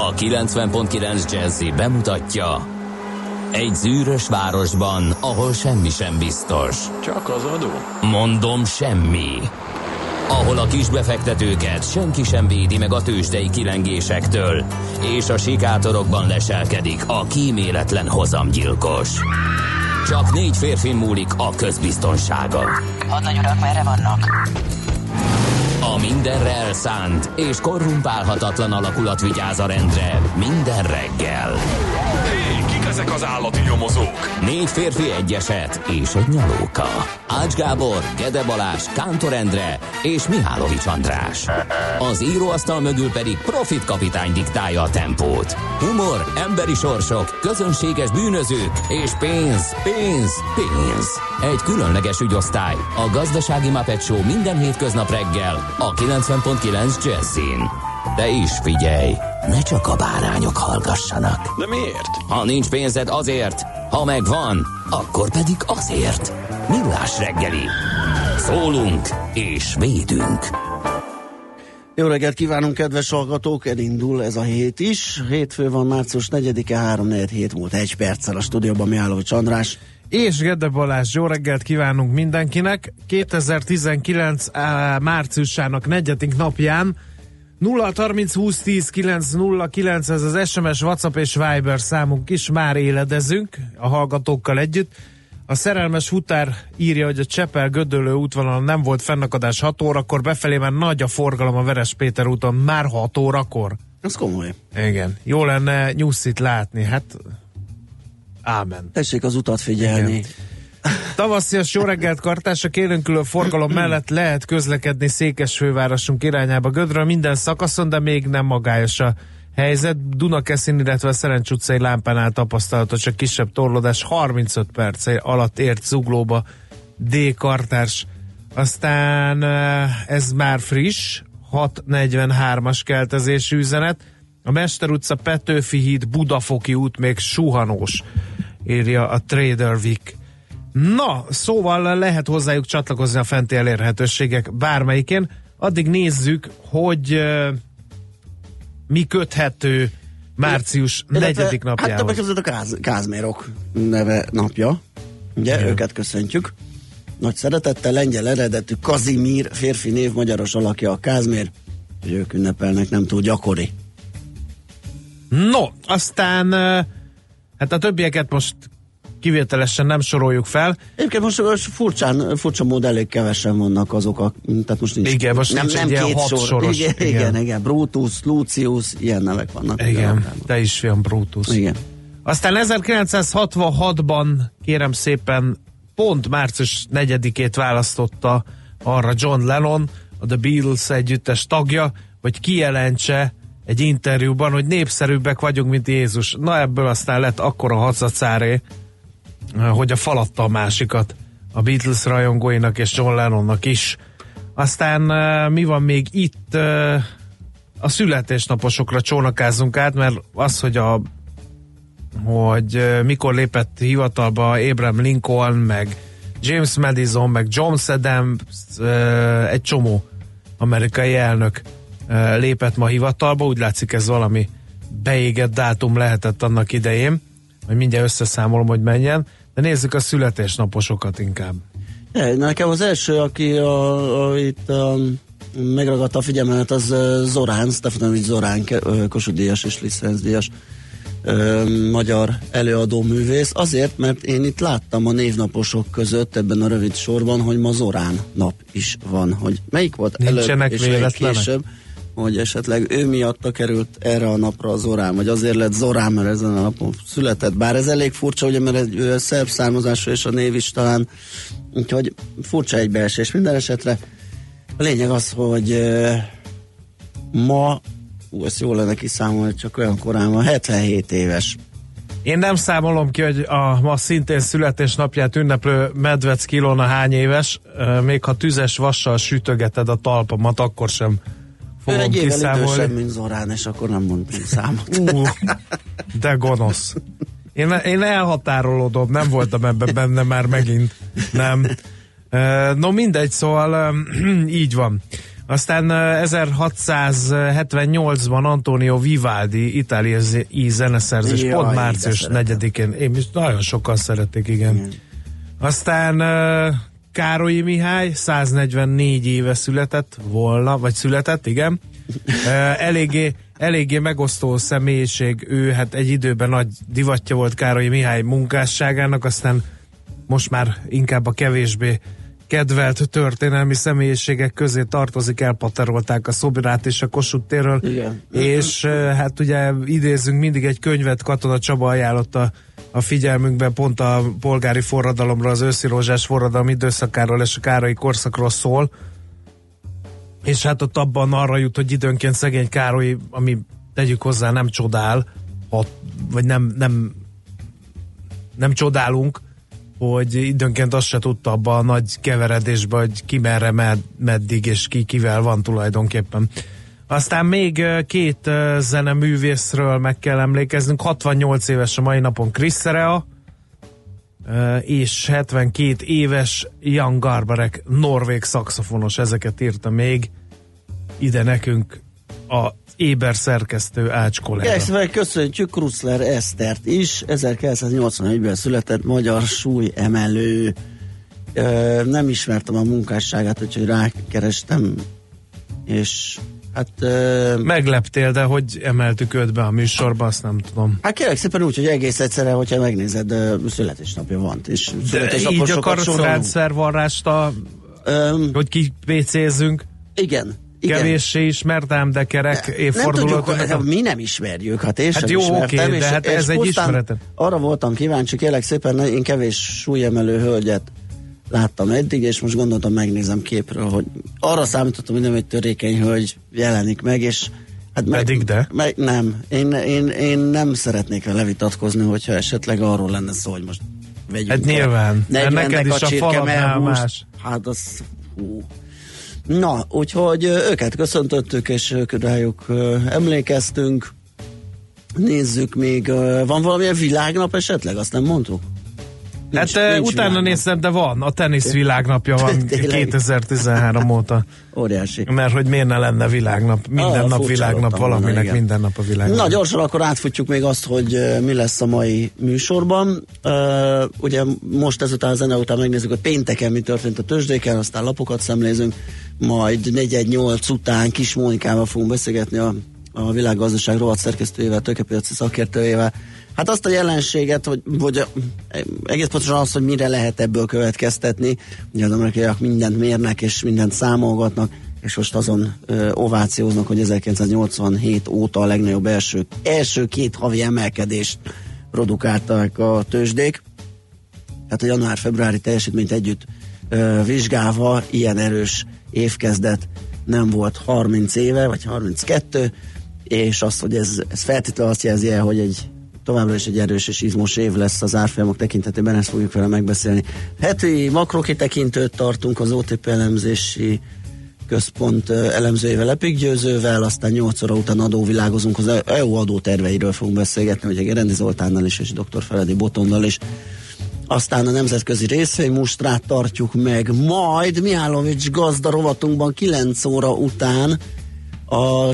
A 90.9 Jazzy bemutatja: egy zűrös városban, ahol semmi sem biztos. Csak az adó? Mondom, semmi. Ahol a kisbefektetőket senki sem védi meg a tőzsdei kilengésektől, és a sikátorokban leselkedik a kíméletlen hozamgyilkos. Csak 4 férfin múlik a közbiztonsága. Hadnagy urak, merre vannak? A mindenre elszánt és korrumpálhatatlan alakulat vigyáz a rendre minden reggel. Hé, kik ezek az állati nyomozók? 4 férfi, egy eset és egy nyalóka. Ács Gábor, Gede Balázs, Kántor Endre és Mihálovics András. Az íróasztal mögül pedig Profit kapitány diktálja a tempót. Humor, emberi sorsok, közönséges bűnözők és pénz, pénz, pénz. Egy különleges ügyosztály, a Gazdasági Muppet Show minden hétköznap reggel a 90.9 Jazzin. De is figyelj, ne csak a bárányok hallgassanak. De miért? Ha nincs pénzed, azért, ha megvan, akkor pedig azért. Millás reggeli. Szólunk és védünk. Jó reggelt kívánunk, kedves hallgatók! Elindul ez a hét is. Hétfő van, március 4-e, 3-4 múlt 1 perccel a stúdióban Mihálovics András. És Gede Balázs, jó reggelt kívánunk mindenkinek. 2019 márciusának 4. napján 0-30-20-10-9-0-9, ez az SMS, WhatsApp és Viber számunk is, már éledezünk a hallgatókkal együtt. A szerelmes futár írja, hogy a Csepel-Gödöllő útvonalon nem volt fennakadás 6 órakor, befelé már nagy a forgalom a Veres-Péter úton, már 6 órakor. Ez komoly. Igen, jó lenne nyusszit látni, hát ámen. Tessék az utat figyelni. Igen. Tavaszias jó reggelt, Kartás, a kérőnkülő forgalom mellett lehet közlekedni Székesfővárosunk irányába Gödről minden szakaszon, de még nem magályos a helyzet. Dunakeszin, illetve a Szerencs utcai lámpánál tapasztalható csak kisebb torlódás, 35 perc alatt ért Zuglóba D. Kartárs. Aztán ez már friss, 6:43-as keltezésű üzenet. A Mester utca, Petőfi híd, Budafoki út még suhanós, írja a Trader Vic. Na, szóval lehet hozzájuk csatlakozni a fenti elérhetőségek bármelyikén. Addig nézzük, hogy mi köthető március 4. napjához. Hát többek között a Kázmérok neve napja. Ugye, igen. Őket köszöntjük. Nagy szeretettel, lengyel eredetű Kazimír, férfi név, magyaros alakja a Kázmér, hogy ők ünnepelnek, nem túl gyakori. No, aztán hát a többieket most kivételesen nem soroljuk fel. Egyébként most furcsa mód elég kevesen vannak azok, tehát most nincs. Igen, most nem, nincs nem egy ilyen 6 soros. Igen. Brutus, Lucius, ilyen nevek vannak. Igen, te is fiam, Brutus. Igen. Aztán 1966-ban, kérem szépen, pont március 4-ét választotta arra John Lennon, a The Beatles együttes tagja, hogy kijelentse egy interjúban, hogy népszerűbbek vagyunk, mint Jézus. Na, ebből aztán lett akkora hazacáré, hogy a falatta a másikat a Beatles rajongóinak és John Lennonnak is. Aztán mi van még itt? A születésnaposokra csónakázunk át, mert az, hogy mikor lépett hivatalba Abraham Lincoln, meg James Madison, meg John Adams, egy csomó amerikai elnök lépett ma hivatalba, úgy látszik ez valami beégett dátum lehetett annak idején, hogy mindjárt összeszámolom, hogy menjen, de nézzük a születésnaposokat inkább. Nekem az első, aki itt megragadta a figyelmet, az Zorán, Stefanovics Zorán, Kossuth díjas és licencdíjas magyar előadó művész. Azért, mert én itt láttam a névnaposok között ebben a rövid sorban, hogy ma Zorán nap is van. Hogy melyik volt nincsenek előbb és melyik később, hogy esetleg ő miatta került erre a napra a Zorán, vagy azért lett Zorán, mert ezen a napon született. Bár ez elég furcsa, ugye, mert egy szerb származású, és a név is talán, úgyhogy furcsa egybeesés minden esetre. A lényeg az, hogy ma, ezt jól lenne kiszámolni, csak olyan korán van, 77 éves. Én nem számolom ki, hogy a ma szintén születésnapját ünneplő Medvecki Ilona hány éves, még ha tüzes vassal sütögeted a talpamat, akkor sem fogom egy évvel kiszámolni. Idősebb, mint Zorán, és akkor nem mondtunk számot. De gonosz. Én elhatárolódom, nem voltam ebben benne már megint. Nem. No mindegy, szóval így van. Aztán 1678-ban Antonio Vivaldi itáliai zeneszerzés, pont március 4-én. Én is nagyon sokan szerették, igen. Aztán Károlyi Mihály 144 éve született volna, vagy született, igen. Eléggé megosztó személyiség, ő hát egy időben nagy divatja volt Károlyi Mihály munkásságának, aztán most már inkább a kevésbé kedvelt történelmi személyiségek közé tartozik, elpaterolták a Szobirát és a Kossuth térről, és hát ugye idézünk mindig egy könyvet, Katona Csaba ajánlotta a figyelmünkben, pont a polgári forradalomról, az őszi rózsás forradalom időszakáról és a Károlyi korszakról szól, és hát ott abban arra jut, hogy időnként szegény Károly, ami tegyük hozzá nem csodál, vagy nem csodálunk, hogy időnként azt se tudta abba a nagy keveredésbe, hogy ki merre, meddig és ki kivel van tulajdonképpen. Aztán még két zeneművészről meg kell emlékeznünk. 68 éves a mai napon Chris Rea, és 72 éves Jan Garbarek, norvég szaxofonos, ezeket írta még ide nekünk a Éber szerkesztő Ács kolléga. Köszöntjük Kruszler Esztert is, 1981-ben született magyar súlyemelő. Nem ismertem a munkásságát, úgyhogy rákerestem, és hát... Megleptél, de hogy emeltük őt be a műsorba, azt nem tudom. Hát kérlek szépen úgy, hogy egész egyszerűen, hogyha megnézed, születésnapja van. És de így akarsz rendszervarrást, hogy kipécézzünk? Igen. Kevéssé ismertem, de kerek évfordulót. Mi nem ismerjük, hát én sem jó, ismertem. Oké, de hát ez egy ismeretem. Arra voltam kíváncsi, kérlek szépen, én kevés súlyemelő hölgyet láttam eddig, és most gondoltam, megnézem képről, hogy arra számítottam, hogy nem egy törékeny hölgy jelenik meg, és hát nem. Én nem szeretnék vele vitatkozni, hogyha esetleg arról lenne szó, hogy most vegyünk. Hát nyilván, neked is a faladnál más. Hát az... Na, úgyhogy őket köszöntöttük, és rájuk emlékeztünk. Nézzük még, van valamilyen világnap esetleg? Azt nem mondtuk? Nincs utána világnap. Néztem, de van. A tenisz világnapja van 2013 óta. Óriási. Mert hogy miért ne lenne világnap? Minden nap világnap, valaminek minden nap a világnap. Na, gyorsan akkor átfutjuk még azt, hogy mi lesz a mai műsorban. Ugye most ezután a zene után megnézzük, hogy pénteken mi történt a tőzsdéken, aztán lapokat szemlézünk, majd 418 után Kis Mónikával fogunk beszélgetni a világgazdaság rovat szerkesztőjével, tőkepiaci szakértőjével. Hát azt a jelenséget, vagy egész pontosan azt, hogy mire lehet ebből következtetni. Ugye az amerikaiak mindent mérnek és mindent számolgatnak, és most azon ovációznak, hogy 1987 óta a legnagyobb első két havi emelkedést produkálták a tőzsdék. Hát a január-februári teljesítményt együtt vizsgálva ilyen erős évkezdet nem volt 30 éve, vagy 32, és az, hogy ez feltétlenül azt jelzi el, hogy továbbra is egy erős és izmos év lesz az árfolyamok tekintetében, ezt fogjuk vele megbeszélni. Heti makrokitekintőt tartunk az OTP elemzési központ elemzőjével, Epik Győzővel, aztán 8 óra után adóvilágozunk, az EU adóterveiről fogunk beszélgetni, ugye Gerendi Zoltánnal is, és dr. Feledi Botondal is. Aztán a nemzetközi részvénymustrát tartjuk meg, majd Mihálovics gazda rovatunkban 9 óra után a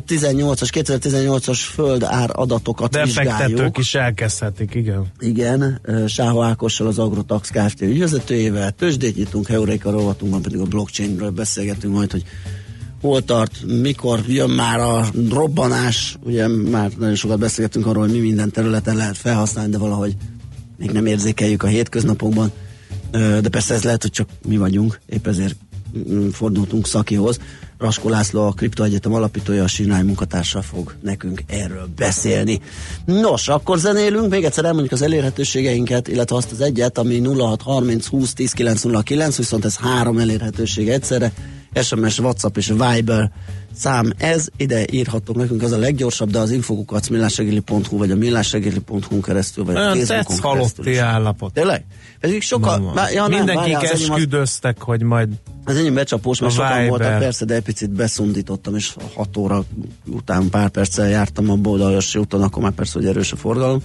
2018-as földár adatokat vizsgáljuk. Befektetők is elkezdhetik, igen. Igen, Sáha Ákossal, az Agrotax Kft. Ügyvezetőjével, tőzsdét nyitunk, Heuréka rovatunkban pedig a blockchainről beszélgetünk majd, hogy hol tart, mikor jön már a robbanás, ugye már nagyon sokat beszélgettünk arról, hogy mi minden területen lehet felhasználni, de valahogy még nem érzékeljük a hétköznapokban, de persze ez lehet, hogy csak mi vagyunk, épp ezért fordultunk Szakihoz. Raskó László, a Kriptoegyetem alapítója, a Sirnály munkatársa fog nekünk erről beszélni. Nos, akkor zenélünk, még egyszer elmondjuk az elérhetőségeinket, illetve azt az egyet, ami 0630 20 10 909, viszont ez 3 elérhetőség egyszerre, SMS, WhatsApp és Viber szám ez, ide írhatok nekünk, az a leggyorsabb, de az info@millásregeli.hu vagy a millásregeli.hu keresztül, vagy a Facebookon keresztül is. Állapot. Tényleg? Pedig sokan... Mindenkik esküdöztek, hogy majd az enyém becsapós, mert sokan voltak, persze, de egy picit beszundítottam, és 6 óra után pár perccel jártam a Bódaljosi úton, akkor már persze, hogy erős a forgalom.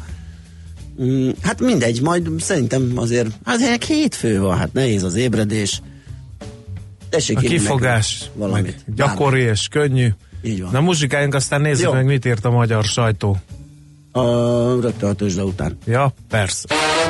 Hát mindegy, majd szerintem azért hétfő van, hát nehéz az ébredés. tessék a írni kifogás, valamit. meg gyakori és könnyű. Így van. Na muzsikáljunk, aztán nézzük meg, mit írt a magyar sajtó. Rögtön a tőzsde után. Ja, persze.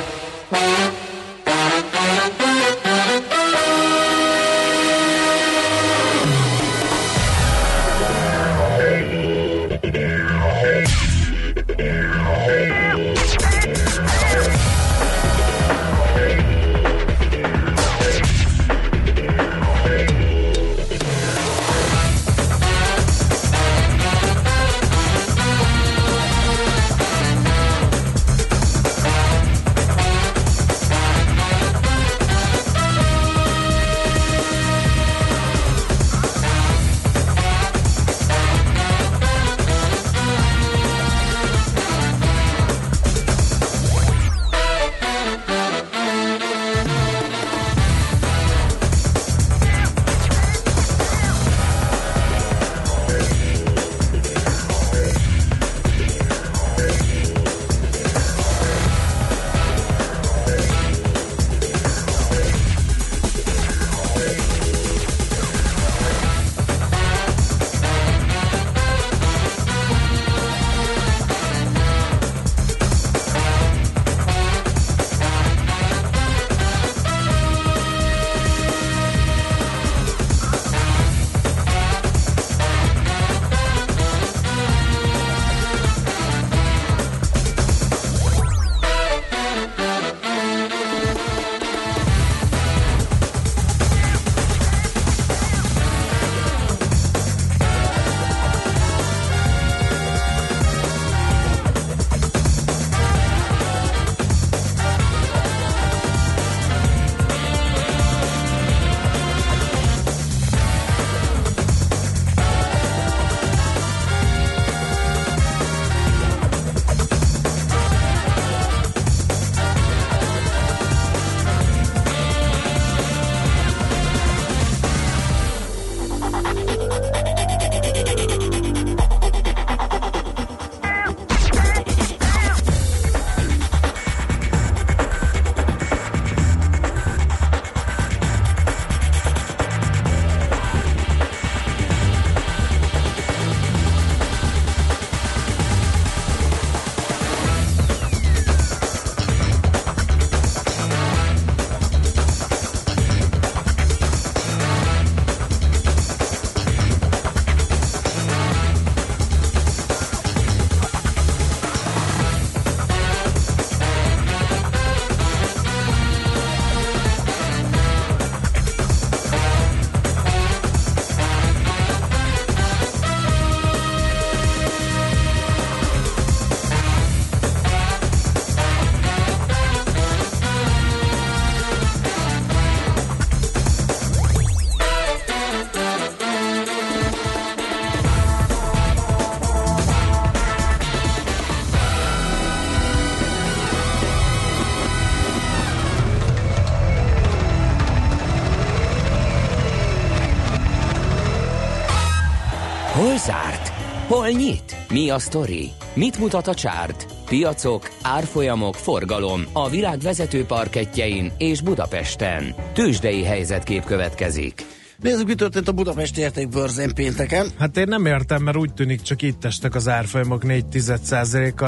Hol zárt? Hol nyit? Mi a sztori? Mit mutat a csárt? Piacok, árfolyamok, forgalom a világ vezető parkettjein és Budapesten. Tőzsdei helyzetkép következik. Nézzük, mi történt a Budapesti Értékbörzén pénteken. Hát én nem értem, mert úgy tűnik, csak itt estek az árfolyamok 4,1%-kal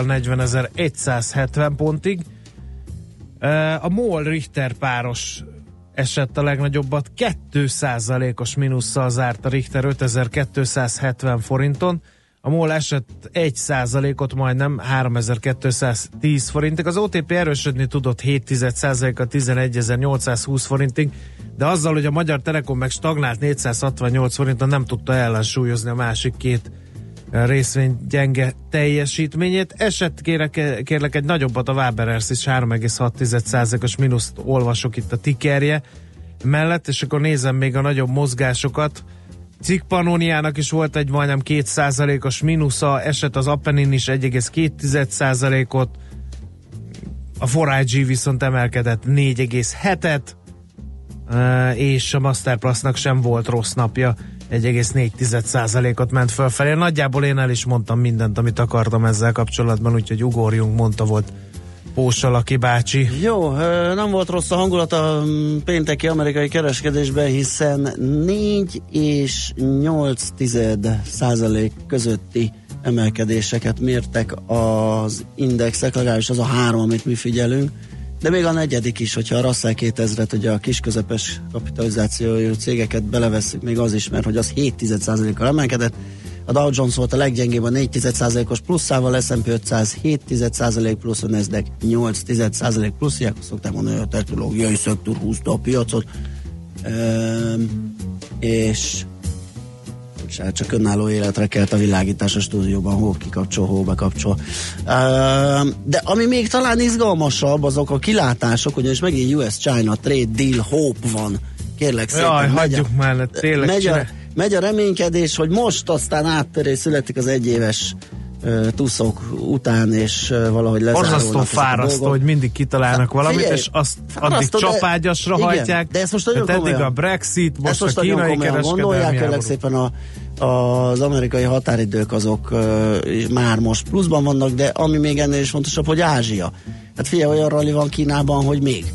40.170 pontig. A MOL Richter páros esett a legnagyobbat, 2%-os mínusszal zárt a Richter 5270 forinton. A MOL esett 1%-ot, majdnem 3210 forintig. Az OTP erősödni tudott 7%-a 11.820 forintig, de azzal, hogy a Magyar Telekom meg stagnált 468 forinton, nem tudta ellensúlyozni a másik két részvény gyenge teljesítményét. Esett kérlek egy nagyobbat a Waberers is, 3,6%-os mínuszt olvasok itt a tikerje mellett, és akkor nézem még a nagyobb mozgásokat. Cikk Pannoniának is volt egy majdnem 2%-os mínusza, esett az Appenin is 1,2%-ot, a 4IG viszont emelkedett 4,7-et, és a Masterplastnak sem volt rossz napja, 1,4%-ot ment fölfelé. Nagyjából én el is mondtam mindent, amit akartam ezzel kapcsolatban, úgyhogy ugorjunk, mondta volt Pósalaki bácsi. Jó, nem volt rossz a hangulat a pénteki amerikai kereskedésben, hiszen 4 és 8% közötti emelkedéseket mértek az indexek, legalábbis az a 3, amit mi figyelünk, de még a negyedik is, hogyha a Russell 2000-et, ugye a kisközepes kapitalizációjú cégeket belevesszük, még az is, mert hogy az 7%-kal emelkedett. A Dow Jones volt a leggyengébb a 4%-os pluszával, S&P 500 7% plusz, a Nasdaq 8% plusz, ilyenkor szokták mondani, hogy a technológiai szektor húzta a piacot, és csak önálló életre kelt a világítás a stúdióban, hol kikapcsol, hol bekapcsol. De ami még talán izgalmasabb, azok a kilátások, ugyanis megint US-China Trade Deal Hope van. Kérlek szépen. Jaj, hagyjuk már, tényleg megy a reménykedés, hogy most aztán áttörés születik az egyéves tuszok után, és valahogy lezárulnak. Borzasztó fárasztó, hogy mindig kitalálnak valamit, figyelj, és azt addig csapágyasra hajtják. De ezt most nagyon eddig a Brexit, most a kínai kereskedelmi gondolják, kérlek szépen az amerikai határidők azok már most pluszban vannak, de ami még ennél is fontosabb, hogy Ázsia. Hát figyelj, olyan rally van Kínában, hogy még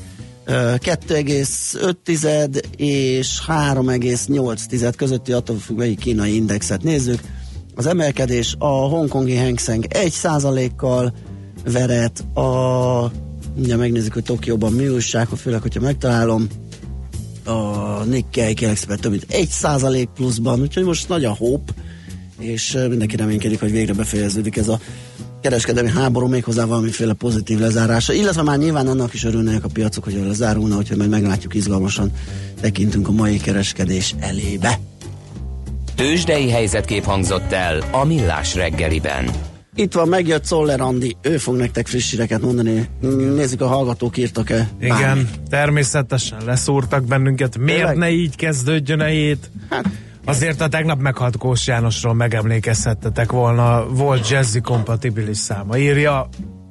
2,5 és 3,8 közötti, attól függ, melyik kínai indexet nézzük. Az emelkedés a hongkongi Hang Seng 1%-kal verett, ugye megnézzük, hogy Tokióban mi újság, főleg, hogyha megtalálom, a Nikkei kérlek több mint 1% pluszban, úgyhogy most nagy a hope, és mindenki reménykedik, hogy végre befejeződik ez a kereskedelmi háború, méghozzá valamiféle pozitív lezárása, illetve már nyilván annak is örülnek a piacok, hogy lezárulna, úgyhogy majd meglátjuk, izgalmasan tekintünk a mai kereskedés elébe. Tőzsdei helyzetkép hangzott el a Millás reggeliben. Itt van, megjött Czoller Andi, ő fog nektek friss híreket mondani. Nézzük, a hallgatók írtak-e bármit. Igen, természetesen leszúrtak bennünket. Miért ne így kezdődjön a hét? Hát, azért a tegnap meghalt Kós Jánosról megemlékezhettetek volna, volt jazzy kompatibilis száma. Írja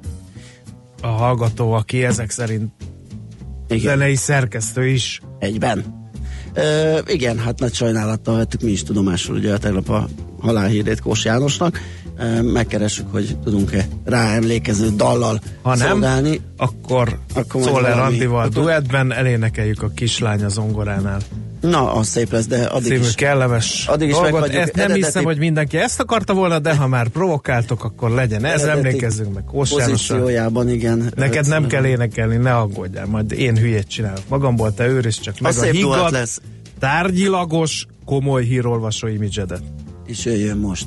a hallgató, aki ezek szerint zenei szerkesztő is. Egyben. Igen, hát nagy sajnálattal vettük mi is tudomásul ugye tegnap a halálhírét Kós Jánosnak. Megkeressük, hogy tudunk-e rá emlékező dallal szolgálni. Nem, akkor Czoller Andival duettben elénekeljük a Kislány a zongoránál. Na, az szép lesz, de addig című is kellemes dolgot. Ezt nem hiszem, hogy mindenki ezt akarta volna, de ha már provokáltok, akkor legyen ez, emlékezzünk meg Kós Jánosra. Igen. Neked nem kell énekelni, ne aggódjál, majd én hülyét csinálok. Magamból te őriz csak meg a higgadt, tárgyilagos, komoly hírolvasó imidzsedet. És jöjjön most.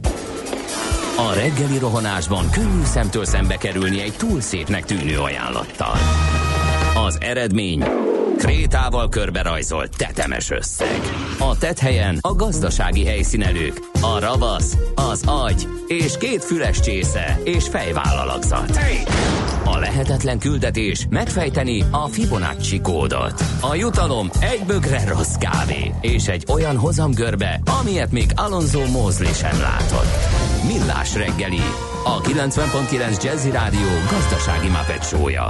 A reggeli rohanásban könnyű szemtől szembe kerülni egy túl szépnek tűnő ajánlattal. Az eredmény krétával körberajzolt tetemes összeg. A tetthelyen a gazdasági helyszínelők, a ravasz, az agy és 2 füles csésze és fejvállalakzat. A lehetetlen küldetés megfejteni a Fibonacci kódot. A jutalom egy bögre rossz kávé és egy olyan hozamgörbe, amilyet még Alonso Mosley sem látott. Millás reggeli, a 90.9 Jazzy Rádió gazdasági Muppet show-ja.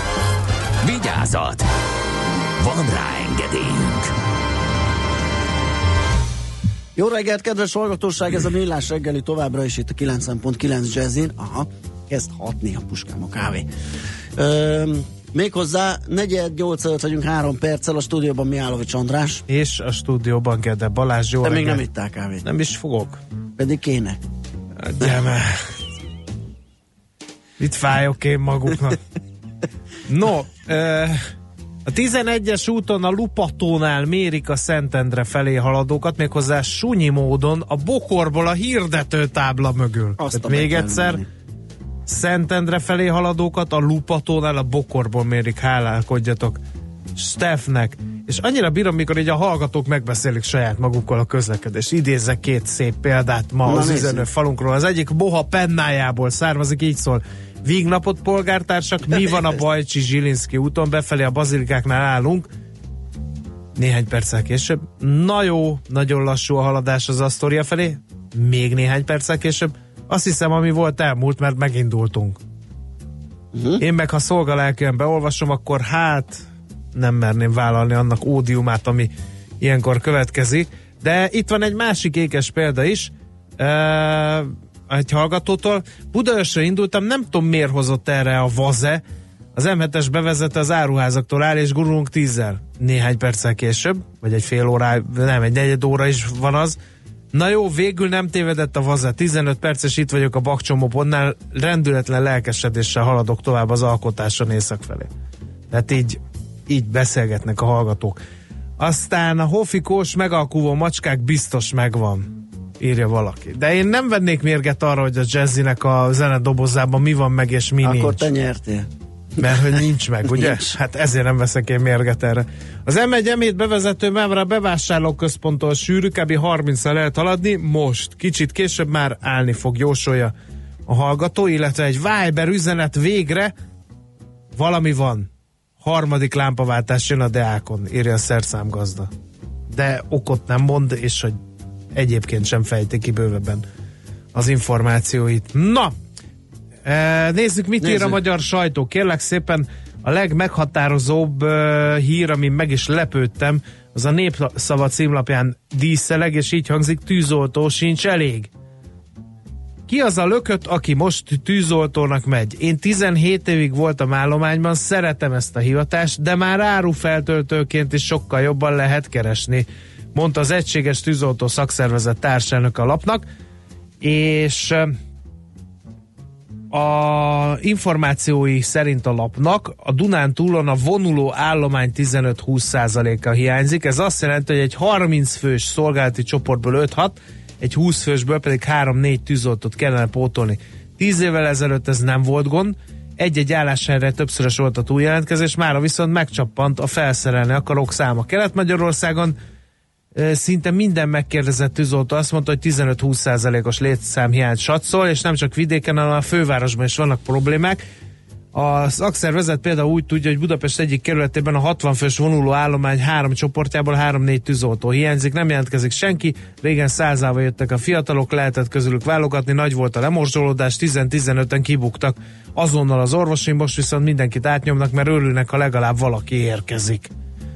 Vigyázat! Van rá engedélyünk. Jó reggelt, kedves hallgatóság, ez a Millás reggeli továbbra is itt a 90.9 Jazzin. Aha, kezd hatni a puskám a kávé. Méghozzá 4:08 előtt vagyunk 3 perccel, a stúdióban Mihálovics András. És a stúdióban Gede Balázs. Jó Te reggelt. még nem ittál kávét. Nem is fogok. Pedig kéne. Gyere. Mit fájok én maguknak? No, a 11-es úton a Lupatónál mérik a Szentendre felé haladókat, méghozzá sunyi módon a bokorból a hirdetőtábla mögül. Még egyszer, Szentendre felé haladókat a Lupatónál a bokorból mérik, hálálkodjatok Steffnek. És annyira bírom, mikor így a hallgatók megbeszélik saját magukkal a közlekedést. Idézzek 2 szép példát ma az üzenő falunkról. Az egyik Boha Pennájából származik, így szól: Vígnapot, polgártársak, mi van a Bajcsi-Zsilinszky úton, befelé a bazilikáknál állunk. Néhány perccel később. Na jó, nagyon lassú a haladás az Astoria felé. Még néhány perccel később. Azt hiszem, ami volt, elmúlt, mert megindultunk. Én meg, ha szolgalelkűen beolvasom, akkor hát nem merném vállalni annak ódiumát, ami ilyenkor következik. De itt van egy másik ékes példa is. egy hallgatótól. Budaörsre indultam, nem tudom miért hozott erre a Vaze. Az M7-es bevezette az áruházaktól áll, és gurulunk 10-zel. Néhány perccel később, vagy egy fél órá, nem, egy negyed óra is van az. Na jó, végül nem tévedett a Vaze. 15 perces itt vagyok a Bakcsomópontnál, rendületlen lelkesedéssel haladok tovább az alkotáson észak felé. Tehát így beszélgetnek a hallgatók. Aztán a hofikós megalkuvó macskák biztos megvan, írja valaki. De én nem vennék mérget arra, hogy a Jazzinek a zenedobozában mi van meg és mi akkor nincs. Akkor te nyertél. Mert hogy nincs meg, ugye? Nincs. Hát ezért nem veszek én mérget erre. Az M1 bevezető mávra a bevásárlóközponttól sűrű, kb. 30-al lehet haladni, most. Kicsit később már állni fog, jósolja a hallgató, illetve egy Viber üzenet végre, valami van. Harmadik lámpaváltás jön a Deákon, írja a szerszámgazda. De okot nem mond, és hogy egyébként sem fejti ki bővebben az információit. Na! Nézzük, mit ír a magyar sajtó. Kérlek szépen, a legmeghatározóbb hír, amin meg is lepődtem, az a Népszava címlapján díszeleg, és így hangzik: tűzoltó sincs elég. Ki az a lökött, aki most tűzoltónak megy? Én 17 évig voltam állományban, szeretem ezt a hivatást, de már árufeltöltőként is sokkal jobban lehet keresni, mondta az Egységes Tűzoltó Szakszervezet társelnök a lapnak, és a információi szerint a lapnak a Dunántúlon a vonuló állomány 15-20%-a hiányzik. Ez azt jelenti, hogy egy 30 fős szolgálati csoportból 5-6, egy 20 fősből pedig 3-4 tűzoltót kellene pótolni. 10 évvel ezelőtt ez nem volt gond, egy-egy álláshelyre többszörös volt a túljelentkezés, mára viszont megcsappant a felszerelni akarók száma. Kelet-Magyarországon szinte minden megkérdezett tűzoltó azt mondta, hogy 15-20%-os létszámhiányt satszol, és nem csak vidéken, hanem a fővárosban is vannak problémák. A szakszervezet például úgy tudja, hogy Budapest egyik kerületében a 60 fős vonuló állomány 3 csoportjából 3-4 tűzoltó hiányzik, nem jelentkezik senki, régen 100-ával jöttek a fiatalok, lehetett közülük válogatni, nagy volt a lemorzsolódás, 10-15-en kibuktak azonnal az orvosi, most viszont mindenkit átnyomnak, mert örülnek, ha legalább valaki érkezik.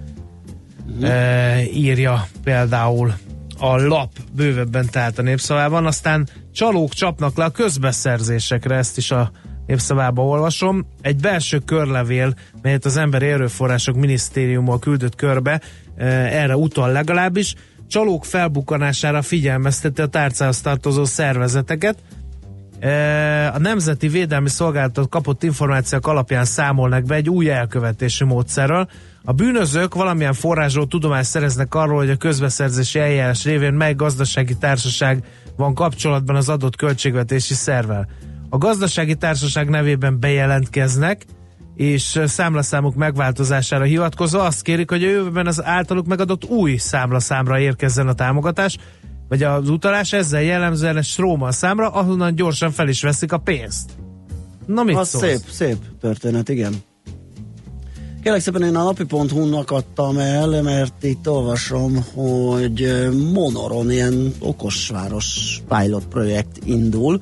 Írja például a lap bővebben, tehát a Népszavában. Aztán csalók csapnak le a közbeszerzésekre, ezt is a Népszavában olvasom. Egy belső körlevél, melyet az Emberi Erőforrások Minisztériuma küldött körbe, erre utal legalábbis. Csalók felbukkanására figyelmezteti a tárcához tartozó szervezeteket. A Nemzeti Védelmi Szolgálatot kapott információk alapján számolnak be egy új elkövetési módszerről. A bűnözők valamilyen forrásról tudomást szereznek arról, hogy a közbeszerzési eljárás révén mely gazdasági társaság van kapcsolatban az adott költségvetési szervvel. A gazdasági társaság nevében bejelentkeznek, és számlaszámuk megváltozására hivatkozva azt kérik, hogy a jövőben az általuk megadott új számlaszámra érkezzen a támogatás, vagy az utalás, ezzel jellemzően egy Stróman számra, ahonnan gyorsan fel is veszik a pénzt. Na mit szólsz? Szép történet, igen. Kérlek szépen, én a napi.hu-nak adtam el, mert itt olvasom, hogy Monoron ilyen okosváros pilot projekt indul,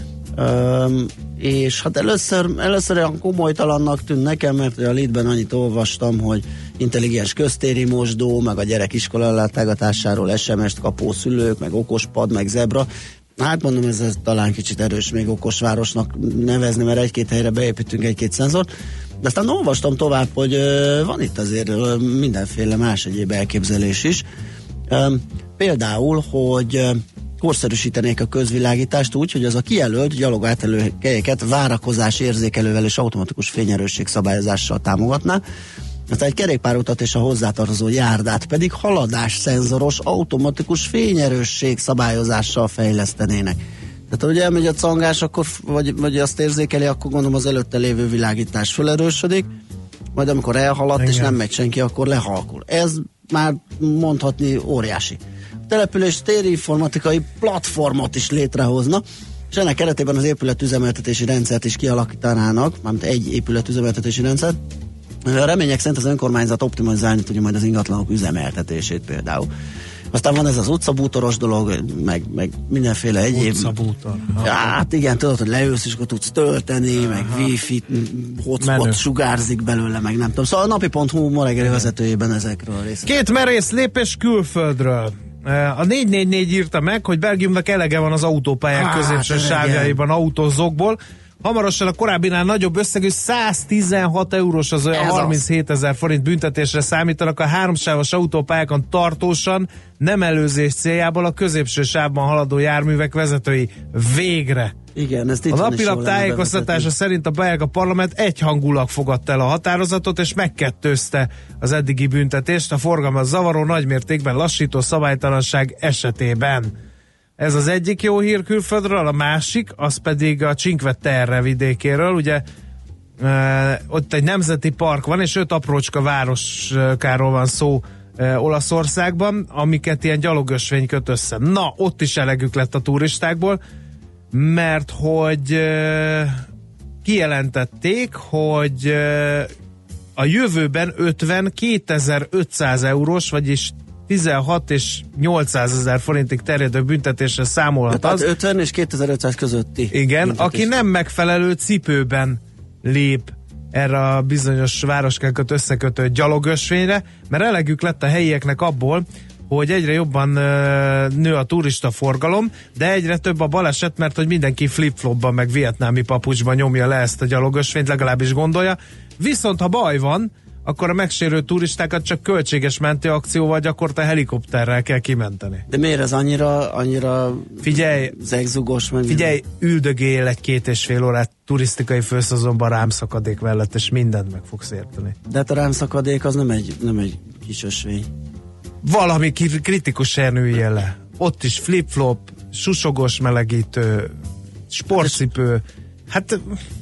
és hát először olyan komolytalannak tűnt nekem, mert a Lidben annyit olvastam, hogy intelligens köztéri mosdó, meg a gyerek iskola ellátogatásáról SMS-t kapó szülők, meg okospad, meg zebra. Hát mondom, ez talán kicsit erős még okosvárosnak nevezni, mert egy-két helyre beépítünk egy-két szenzort. De aztán olvastam tovább, hogy van itt azért mindenféle más egyéb elképzelés is. Például, hogy korszerűsítenék a közvilágítást úgy, hogy az a kijelölt gyalogátelő helyeket várakozás érzékelővel és automatikus fényerősség szabályozással támogatná. Aztán egy kerékpárutat és a hozzátartozó járdát pedig haladásszenzoros automatikus fényerősség szabályozással fejlesztenének. Tehát, hogy elmegy a cangás, akkor, vagy azt érzékeli, akkor gondolom az előtte lévő világítás felerősödik, majd amikor elhaladt, igen, és nem megy senki, akkor lehalkul. Ez már mondhatni óriási. A település térinformatikai platformot is létrehozna, és ennek keretében az épületüzemeltetési rendszert is kialakítanának, mármint egy épületüzemeltetési rendszert. A remények szerint az önkormányzat optimalizálni tudja majd az ingatlanok üzemeltetését például. Aztán van ez az utcabútoros dolog, meg mindenféle egyéb. Utcabútor. Hát igen, tudod, hogy leülsz, és akkor tudsz tölteni, meg wifi, hotspot sugárzik belőle, meg nem tudom. Szóval a napi.hu ma reggeli vezetőjében ezekről a részekről. 2 merész lépés külföldről. A 444 írta meg, hogy Belgiumnak elege van az autópályák középső sávjaiban autózókból. Hamarosan a korábbinál nagyobb összegű 116 eurós, az olyan 37 000 forint büntetésre számítanak a háromsávos autópályákon tartósan, nem előzés céljából a középső sávban haladó járművek vezetői. Végre! Igen, ezt a napilap tájékoztatása szerint a belga parlament egyhangulag fogadta el a határozatot, és megkettőzte az eddigi büntetést a forgalmat zavaró nagymértékben lassító szabálytalanság esetében. Ez az egyik jó hír külföldről, a másik, az pedig a Cinque Terre vidékéről, ugye ott egy nemzeti park van, és 5 aprócska városkáról van szó Olaszországban, amiket ilyen gyalogösvény köt össze. Na, ott is elegük lett a turistákból, mert hogy kijelentették, hogy a jövőben 52.500 eurós, vagyis 16 és 800 000 forintig terjedő büntetésre számolhat az. 50 és 2500 közötti. Igen, aki nem megfelelő cipőben lép erre a bizonyos városkákat összekötő gyalogösvényre, mert elegük lett a helyieknek abból, hogy egyre jobban nő a turista forgalom, de egyre több a baleset, mert hogy mindenki flip-flopban meg vietnámi papucsban nyomja le ezt a gyalogösvényt, legalábbis gondolja. Viszont ha baj van, akkor a megsérült turistákat csak költséges mentőakcióval, gyakorta helikopterrel kell kimenteni. De miért ez annyira zegzugos? Figyelj, üldögél egy 2,5 órát turisztikai főszezonban rámszakadék mellett, és mindent meg fogsz érteni. De hát a rámszakadék az nem egy kis ösvény. Valami kritikus ernőjél le. Ott is flip-flop, susogos melegítő, sportcipő. Hát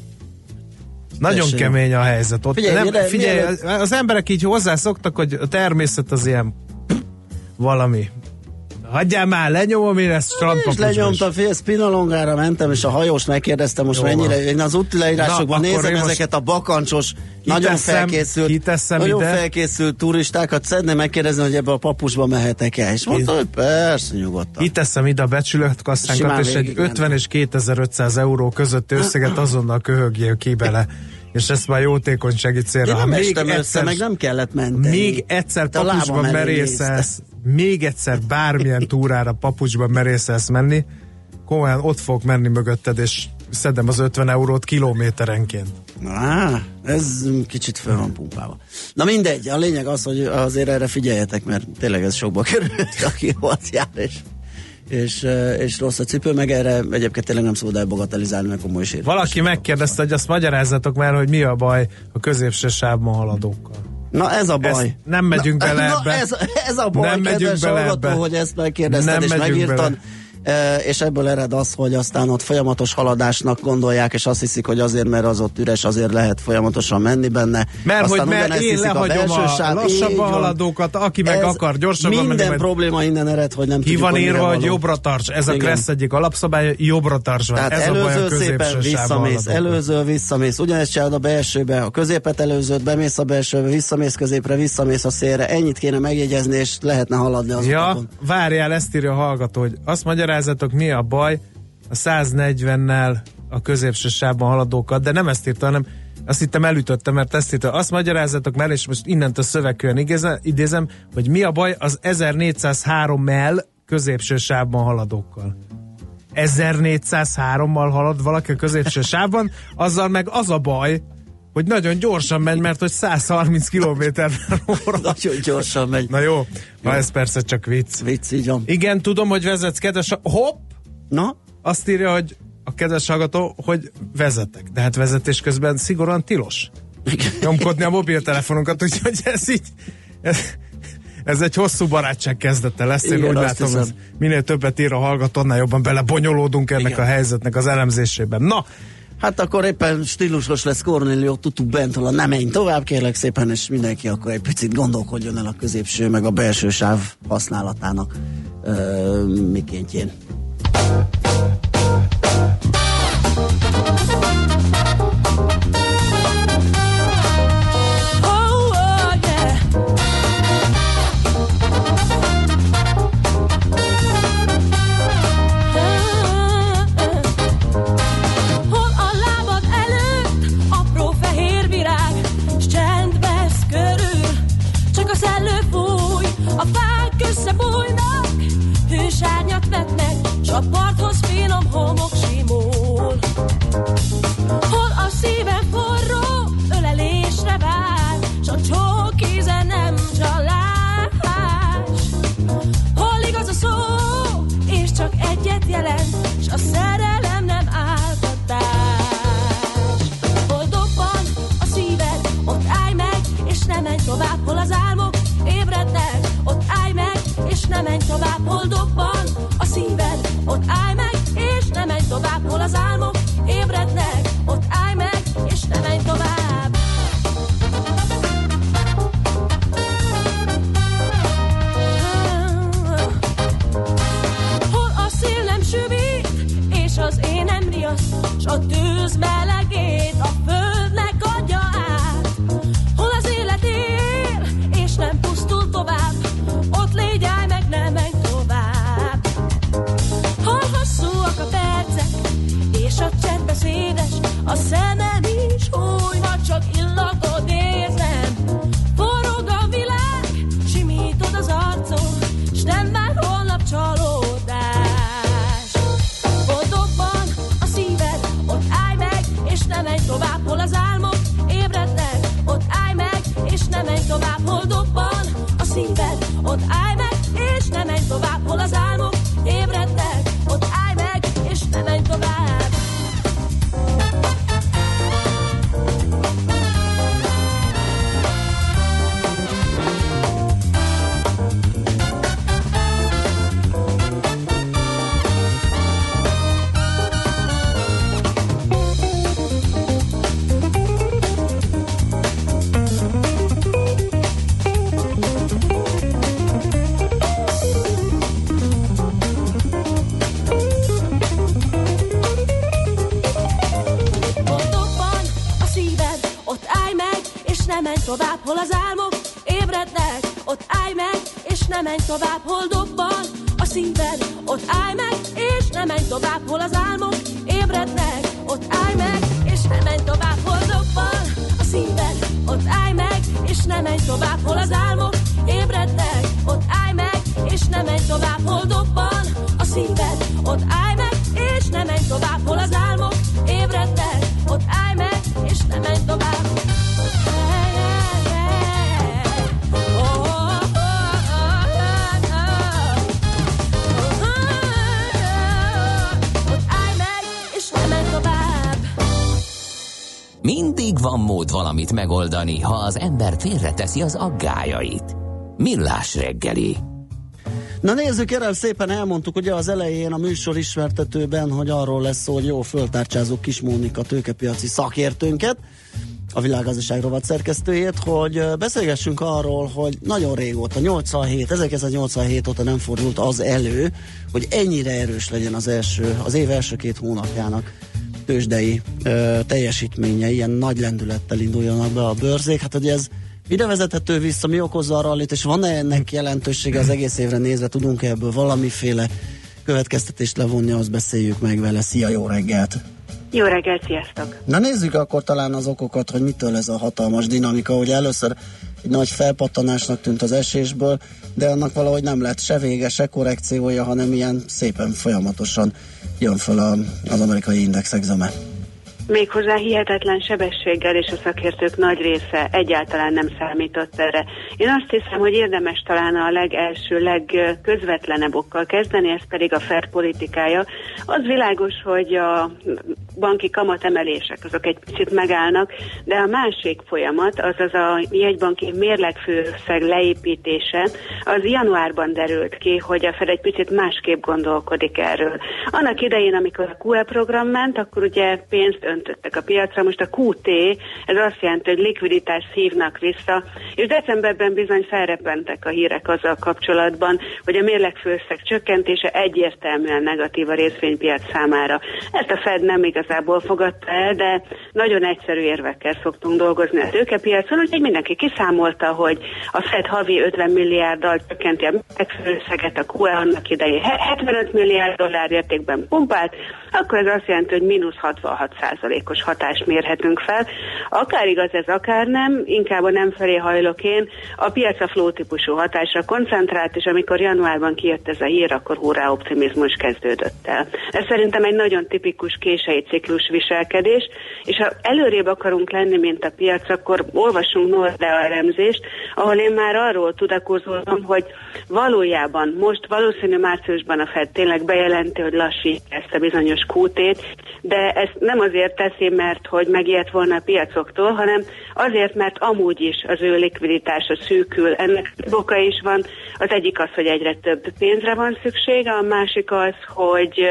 nagyon Tessék. Kemény a helyzet. Ott figyelj, az emberek így hozzászoktak, hogy a természet az ilyen valami. Hagyjál már, lenyomom én ezt strandpapucsba. És lenyomtam, Spinalongára mentem, és a hajós megkérdeztem most mennyire. Én az úti leírásokban nézem ezeket a bakancsos, nagyon felkészült turistákat, szeretném megkérdezni, hogy ebbe a papucsba mehetek el. És mondta, hogy persze, nyugodtan. Kiteszem ide a becsületkasszánkat, és egy 50 és 2500 euró közötti összeget azonnal köhögjél ki bele. És ezt már jótékonysági célra. Ha még egyszer, meg nem kellett menteni. Még egyszer papucsban merészelsz, még egyszer bármilyen túrára papucsban merészelsz menni, komolyan ott fogok menni mögötted, és szedem az 50 eurót kilométerenként. Ez kicsit föl van pumpálva. Na mindegy, a lényeg az, hogy azért erre figyeljetek, mert tényleg ez sokba került, aki ott jár, és rossz a cipő, meg erre egyébként tényleg nem szabad elbagatelizálni, mert komoly sérülés. Valaki megkérdezte, hogy azt magyarázzatok már, hogy mi a baj a középső sávban haladókkal. Na ez a baj. Ezt nem megyünk bele ebbe. Ez a baj, nem kedves hallgató, hogy ezt megkérdezted és megírtad. És ebből ered az, hogy aztán ott folyamatos haladásnak gondolják, és azt hiszik, hogy azért, mert az ott üres, azért lehet folyamatosan menni benne. Mert hogy én lehagyom a lassabban haladókat, aki meg akar gyorsabban menni. Minden probléma innen ered, hogy nem tudjuk, van írva, hogy jobbra tarts. Ez a Kressz egyik alapszabály, jobbra tarts. Tehát ez előző szépen visszamész, előző visszamész. Ugyanezt csinálod a belsőbe, a középet előzőt, bemész a belsőbe, visszamész középre, visszamész a szélre. Ennyit kéne megjegyezni, és lehetne haladni az utakon. Várjál, ezt írja a hallgató, hogy azt magyarázzatok, mi a baj a 140-nel a középső sávban haladókat, de nem ezt írta, hanem azt hittem elütöttem, mert ezt írta. Azt magyarázzatok már, és most innentől szövegkően idézem, hogy mi a baj az 1403-mel középső sávban haladókkal. 1403-mal halad valaki a középső sávban, azzal meg az a baj, hogy nagyon gyorsan megy, mert hogy 130 km/h. Nagyon gyorsan megy. Na jó, ez persze csak vicc. Vicc, így van. Igen, tudom, hogy vezetsz, kedves... Hopp! Na? Azt írja, hogy a kedves hallgató, hogy vezetek. De hát vezetés közben szigorúan tilos. Nyomkodni a mobiltelefonunkat, úgyhogy ez így... Ez egy hosszú barátság kezdete lesz. Én úgy látom, hogy minél többet ír a hallgató, annál jobban belebonyolódunk ennek a helyzetnek az elemzésében. Na! Hát akkor éppen stílusos lesz Cornelio Tutu Bentol, nem menj tovább, kérlek szépen, és mindenki akkor egy picit gondolkodjon el a középső, meg a belső sáv használatának mikéntjén. A fák összebújnak, fagyaszt, s a tűz melegét a földnek adja át. Hol az élet él, és nem pusztul tovább, ott légy, állj meg, ne menj tovább. Hol hosszúak a percek, és a csendbeszédes, a szemem is új, vagy csak illatot érzem. Forog a világ, simítod az arcom, s nem vár holnap csalódás. Boldogban a szíved, ott állj meg, és ne menj tovább, hol az álmok ébrednek, ott állj meg, és ne menj tovább. Boldogban a szíved, ott állj meg, és ne menj tovább, hol az álmok ébrednek, ott állj meg, és ne menj tovább. Tovább, hol az álmok ébrednek, ott állj meg, és ne menj tovább. Hol dobban a szíved, ott állj meg, és ne menj tovább. Hol az álmok ébrednek, ott állj meg, és ne menj tovább. Hol dobban a szíved, ott állj meg, és ne menj tovább. Hol az álmok ébrednek, ott állj meg, és ne menj tovább. Hol dobban a szíved, ott állj meg, és ne menj tovább. Hol az álmok ébrednek, ott állj meg, és ne menj tovább. Mindig van mód valamit megoldani, ha az ember félreteszi az aggályait. Millás reggeli. Na nézzük, kérem szépen, elmondtuk ugye az elején a műsor ismertetőben, hogy arról lesz szó, hogy jó föltárcsázó Kis Mónika tőkepiaci szakértőnket, a Világgazdaság rovat szerkesztőjét, hogy beszélgessünk arról, hogy nagyon régóta, 1987 óta nem fordult az elő, hogy ennyire erős legyen az év első 2 hónapjának tőzsdei teljesítménye, ilyen nagy lendülettel induljanak be a bőrzék. Hát, hogy ez mire vezethető vissza, mi okozza a rallit, és van-e ennek jelentősége az egész évre nézve, tudunk ebből valamiféle következtetést levonni, azt beszéljük meg vele. Szia, jó reggelt! Jó reggelt, sziasztok! Na nézzük akkor talán az okokat, hogy mitől ez a hatalmas dinamika, hogy először egy nagy felpattanásnak tűnt az esésből, de annak valahogy nem lett se vége, se korrekciója, hanem ilyen szépen folyamatosan jön föl az amerikai indexek zöme. Méghozzá hihetetlen sebességgel, és a szakértők nagy része egyáltalán nem számított erre. Én azt hiszem, hogy érdemes talán a legelső, legközvetlenebb okkal kezdeni, ez pedig a Fed politikája. Az világos, hogy a banki kamatemelések azok egy picit megállnak, de a másik folyamat, azaz a jegybanki mérlegfőösszeg leépítése, az januárban derült ki, hogy a Fed egy picit másképp gondolkodik erről. Annak idején, amikor a QE program ment, akkor ugye pénzt öntöttek a piacra, most a QT, ez azt jelenti, hogy likviditást hívnak vissza, és decemberben bizony felrepentek a hírek azzal kapcsolatban, hogy a mérlegfőösszeg csökkentése egyértelműen negatív a részvénypiac számára. Ezt a Fed nem igazából fogadta el, de nagyon egyszerű érvekkel szoktunk dolgozni a tőkepiacon, úgyhogy mindenki kiszámolta, hogy a Fed havi 50 milliárddal csökkenti a mérlegfőösszeget, a QE annak idején 75 milliárd dollár értékben pumpált, akkor ez azt jelenti, hogy mínusz 66%-os hatást mérhetünk fel. Akár igaz ez, akár nem, inkább a nem felé hajlok én. A piac a flow típusú hatásra koncentrált, és amikor januárban kijött ez a hír, akkor hurrá optimizmus kezdődött el. Ez szerintem egy nagyon tipikus késői ciklus viselkedés, és ha előrébb akarunk lenni, mint a piac, akkor olvassunk Nordea elemzést, ahol én már arról tudakozolom, hogy valójában most valószínű márciusban a Fed tényleg bejelenti, hogy lassítja ezt a bizonyos QT-t, de ezt nem azért teszi, mert hogy megijedt volna a piacoktól, hanem azért, mert amúgy is az ő likviditása szűkül. Ennek oka is van. Az egyik az, hogy egyre több pénzre van szüksége, a másik az, hogy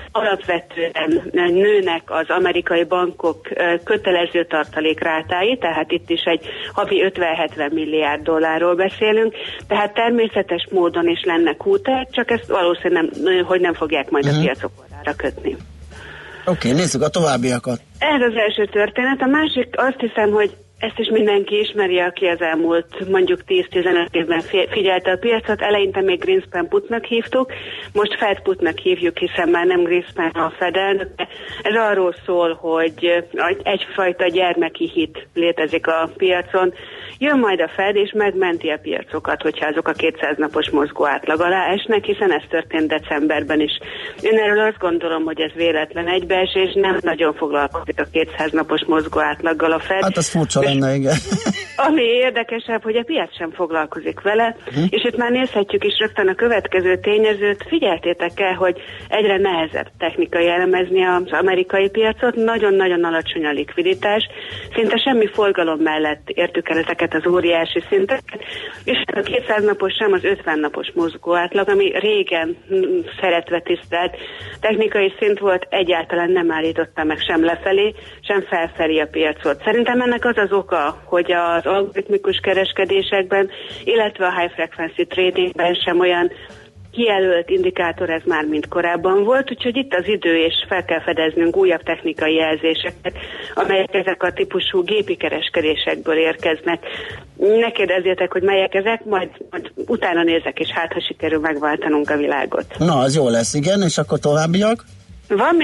alapvetően nőnek az amerikai bankok kötelező tartalékrátái, tehát itt is egy havi 50-70 milliárd dollárról beszélünk, tehát természetes módon is lenne QT, csak ezt valószínűleg hogy nem fogják majd a piacok orrára kötni. Oké, nézzük a továbbiakat. Ez az első történet. A másik, azt hiszem, hogy ezt is mindenki ismeri, aki az elmúlt mondjuk 10-15 évben figyelte a piacot. Eleinte még Greenspan putnak hívtuk, most Fed putnak hívjuk, hiszen már nem Greenspan a Fed elnök. Ez arról szól, hogy egyfajta gyermeki hit létezik a piacon. Jön majd a Fed és megmenti a piacokat, hogyha azok a 200 napos mozgó átlag alá esnek, hiszen ez történt decemberben is. Én erről azt gondolom, hogy ez véletlen egybeesés, nem nagyon foglalkozik a 200 napos mozgó átlaggal a Fed. Hát ez furcsa lenne, igen. Ami érdekesebb, hogy a piac sem foglalkozik vele, és itt már nézhetjük is rögtön a következő tényezőt. Figyeltétek el, hogy egyre nehezebb technikai elemezni az amerikai piacot, nagyon-nagyon alacsony a likviditás, szinte semmi forgalom mellett értük el ezeket az óriási szinteket, és a 200 napos sem az 50 napos mozgó átlag, ami régen szeretve tisztelt technikai szint volt, egyáltalán nem állította meg sem lefelé, sem felfelé a piacot. Szerintem ennek az az oka, hogy az algoritmikus kereskedésekben, illetve a high frequency tradingben sem olyan kijelölt indikátor ez már, mint korábban volt, úgyhogy itt az idő, és fel kell fedeznünk újabb technikai jelzéseket, amelyek ezek a típusú gépi kereskedésekből érkeznek. Ne kérdezzétek, hogy melyek ezek, majd utána nézek, és hát, ha sikerül megváltanunk a világot. Na, az jó lesz, igen, és akkor továbbiak? Van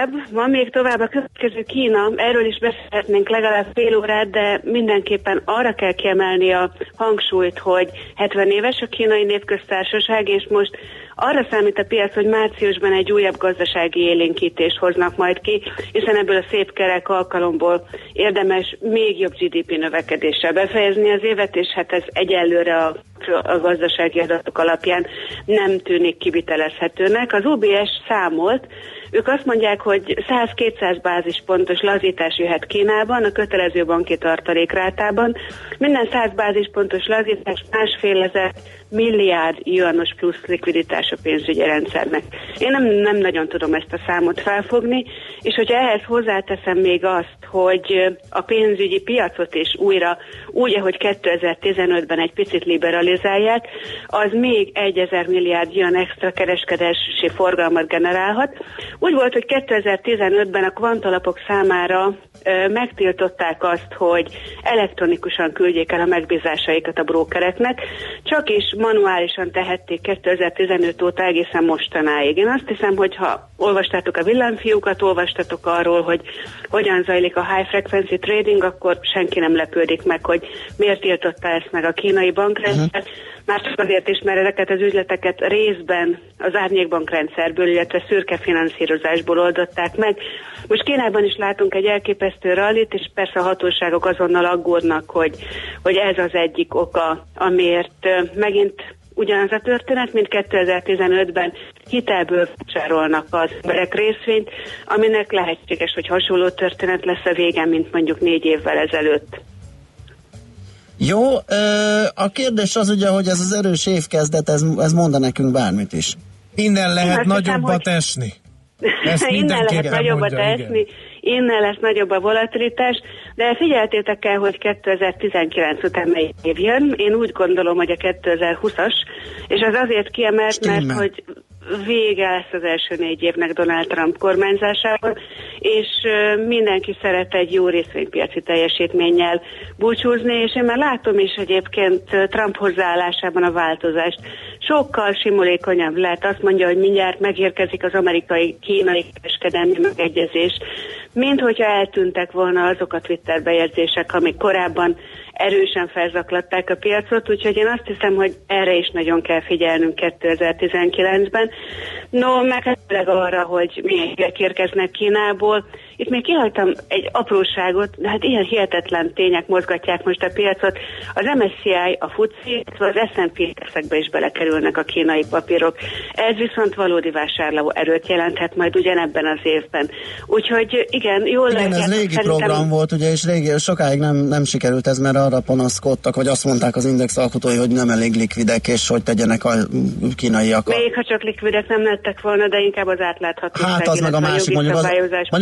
még tovább a következő Kína, erről is beszélhetnénk legalább fél órát, de mindenképpen arra kell kiemelni a hangsúlyt, hogy 70 éves a kínai népköztársaság, és most arra számít a piac, hogy márciusban egy újabb gazdasági élénkítést hoznak majd ki, hiszen ebből a szép kerek alkalomból érdemes még jobb GDP növekedéssel befejezni az évet, és hát ez egyelőre a gazdasági adatok alapján nem tűnik kivitelezhetőnek. Az UBS számolt, ők azt mondják, hogy 100-200 bázispontos lazítás jöhet Kínában, a kötelező banki tartalékrátában. Minden 100 bázispontos lazítás 1,5 milliárd yuanos plusz likviditás a pénzügyi rendszernek. Én nem nagyon tudom ezt a számot felfogni, és hogyha ehhez hozzáteszem még azt, hogy a pénzügyi piacot is újra, úgy, ahogy 2015-ben egy picit liberalizálják, az még 1000 milliárd yuan extra kereskedési forgalmat generálhat. Úgy volt, hogy 2015-ben a kvantalapok számára megtiltották azt, hogy elektronikusan küldjék el a megbízásaikat a brókereknek, csak is manuálisan tehették 2015 óta egészen mostanáig. Én azt hiszem, hogy ha olvastátok a villámfiúkat, olvastatok arról, hogy hogyan zajlik a high frequency trading, akkor senki nem lepődik meg, hogy miért tiltotta ezt meg a kínai bankrendszer. Már csak azért is, mert ezeket az üzleteket részben az árnyékbankrendszerből, illetve szürke finanszírozásból oldották meg. Most Kínában is látunk egy elképesztő rallit, és persze a hatóságok azonnal aggódnak, hogy ez az egyik oka, amiért megint ugyanaz a történet, mint 2015-ben hitelből vásárolnak az emberek részvényt, aminek lehetséges, hogy hasonló történet lesz a végen, mint mondjuk 4 évvel ezelőtt. Jó, a kérdés az ugye, hogy ez az erős évkezdet, ez mond nekünk bármit is. Innen lehet nagyobbat esni. Innen lehet nagyobbat esni, innen lesz nagyobb a volatilitás, de figyeltétek el, hogy 2019 után melyik év jön. Én úgy gondolom, hogy a 2020-as, és az azért kiemelt, mert hogy vége lesz az első 4 évnek Donald Trump kormányzásában, és mindenki szeret egy jó részvénypiaci teljesítménnyel búcsúzni, és én már látom is egyébként Trump hozzáállásában a változást. Sokkal simulékonyabb lehet, azt mondja, hogy mindjárt megérkezik az amerikai-kínai kereskedelmi megegyezés, mint hogyha eltűntek volna azok a Twitter bejegyzések, amik korábban erősen felzaklatták a piacot, úgyhogy én azt hiszem, hogy erre is nagyon kell figyelnünk 2019-ben. No, meg arra, hogy milyen érkeznek Kínából. Itt még kihagytam egy apróságot, de hát ilyen hihetetlen tények mozgatják most a piacot. Az MSCI, a FTSE, az S&P indexekbe is belekerülnek a kínai papírok. Ez viszont valódi vásárló erőt jelenthet majd ugyanebben az évben. Úgyhogy igen, jól lehet. Igen, ez régi program volt, ugye, és sokáig nem sikerült ez, mert arra panaszkodtak, vagy azt mondták az index alkotói, hogy nem elég likvidek, és hogy tegyenek a kínaiak. Még ha csak likvidek nem lettek volna, de inkább az átláthatóság. Hát az meg a másik, mondjuk azt talán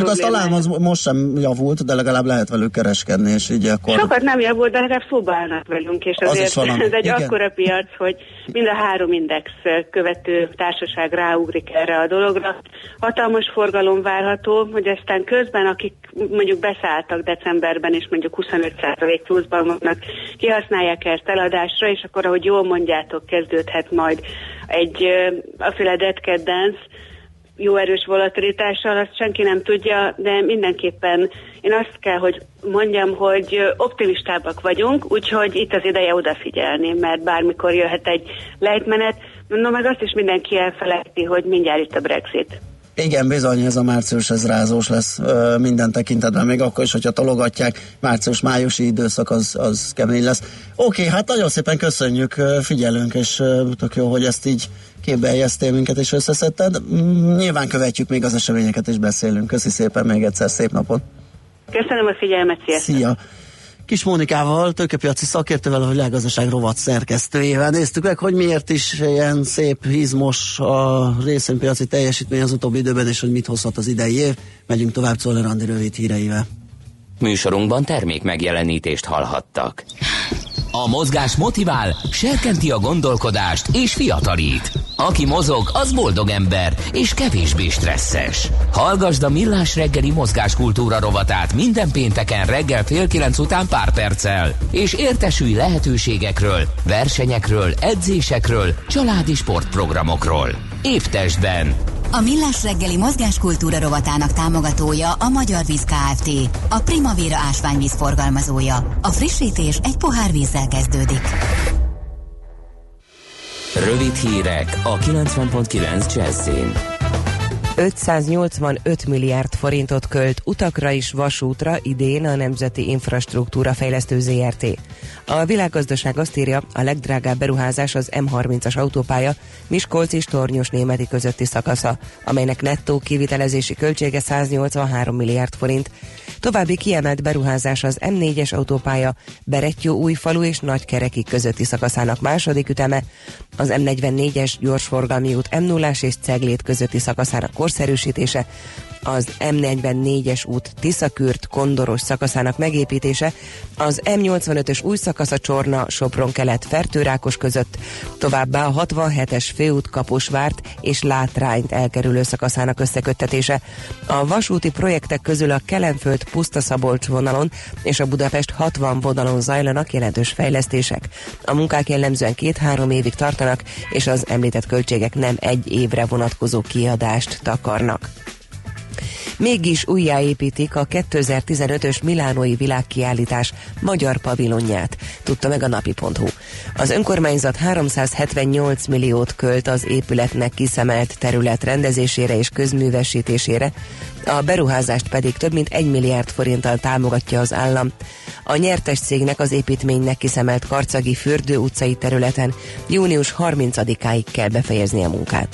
forgalom az most sem javult, de legalább lehet velük kereskedni, és így akkor... Sokat nem javult, de legalább szóba állnak velünk, és azért ez egy akkora piac, hogy mind a 3 index követő társaság ráugrik erre a dologra. Hatalmas forgalom várható, hogy aztán közben, akik mondjuk beszálltak decemberben, és mondjuk 25% pluszban vannak, kihasználják ezt eladásra, és akkor, ahogy jól mondjátok, kezdődhet majd egy aféle dead cat dance, jó erős volatilitással, azt senki nem tudja, de mindenképpen én azt kell, hogy mondjam, hogy optimistábbak vagyunk, úgyhogy itt az ideje odafigyelni, mert bármikor jöhet egy lejtmenet. No, meg azt is mindenki elfelejti, hogy mindjárt itt a Brexit. Igen, bizony, ez a március, ez rázós lesz minden tekintetben, még akkor is, hogyha tologatják, március-májusi időszak az kemény lesz. Oké, hát nagyon szépen köszönjük, figyelünk, és tök jó, hogy ezt így képbe helyeztél minket és összeszedted. Nyilván követjük még az eseményeket és beszélünk. Köszi szépen még egyszer, szép napot! Köszönöm a figyelmet, sziasztok! Szia! Kis Mónikával, tőkepiaci szakértővel, a Világgazdaság rovat szerkesztőjével néztük meg, hogy miért is ilyen szép, izmos a részvénypiaci teljesítmény az utóbbi időben, és hogy mit hozhat az idei év. Megyünk tovább Czoller Andi rövid híreivel. Műsorunkban termék megjelenítést hallhattak. A mozgás motivál, serkenti a gondolkodást és fiatalít. Aki mozog, az boldog ember és kevésbé stresszes. Hallgasd a Millás reggeli mozgáskultúra rovatát minden pénteken reggel 8:30 után pár perccel, és értesülj lehetőségekről, versenyekről, edzésekről, családi sportprogramokról. Épp testben. A Millás reggeli mozgáskultúra rovatának támogatója a Magyar Víz Kft. A Primavera ásványvíz forgalmazója. A frissítés egy pohár vízzel kezdődik. Rövid hírek a 90.9 Jazzin. 585 milliárd forintot költ utakra és vasútra idén a Nemzeti Infrastruktúra Fejlesztő ZRT. A Világgazdaság azt írja, a legdrágább beruházás az M30-as autópálya Miskolc és Tornyos-Németi közötti szakasza, amelynek nettó kivitelezési költsége 183 milliárd forint. További kiemelt beruházás az M4-es autópálya Berettyó-Újfalu és Nagykereki közötti szakaszának második üteme, az M44-es gyorsforgalmi út M0-as és Ceglét közötti szakaszának korszerűsítése, az M44-es út Tiszakürt Kondoros szakaszának megépítése, az M85-ös új szakasza Csorna-Sopron-kelet Fertőrákos között, továbbá a 67-es főút Kaposvárt és Látrányt elkerülő szakaszának összeköttetése. A vasúti projektek közül a Kelenföld-Puszta-Szabolcs vonalon és a Budapest 60 vonalon zajlanak jelentős fejlesztések. A munkák jellemzően 2-3 évig tartanak, és az említett költségek nem egy évre vonatkozó kiadást takarnak. Mégis újjáépítik a 2015-ös milánói világkiállítás magyar pavilonját, tudta meg a napi.hu. Az önkormányzat 378 milliót költ az épületnek kiszemelt terület rendezésére és közművesítésére, a beruházást pedig több mint 1 milliárd forinttal támogatja az állam. A nyertes cégnek az építménynek kiszemelt Karcagi Fürdő utcai területen június 30-áig kell befejezni a munkát.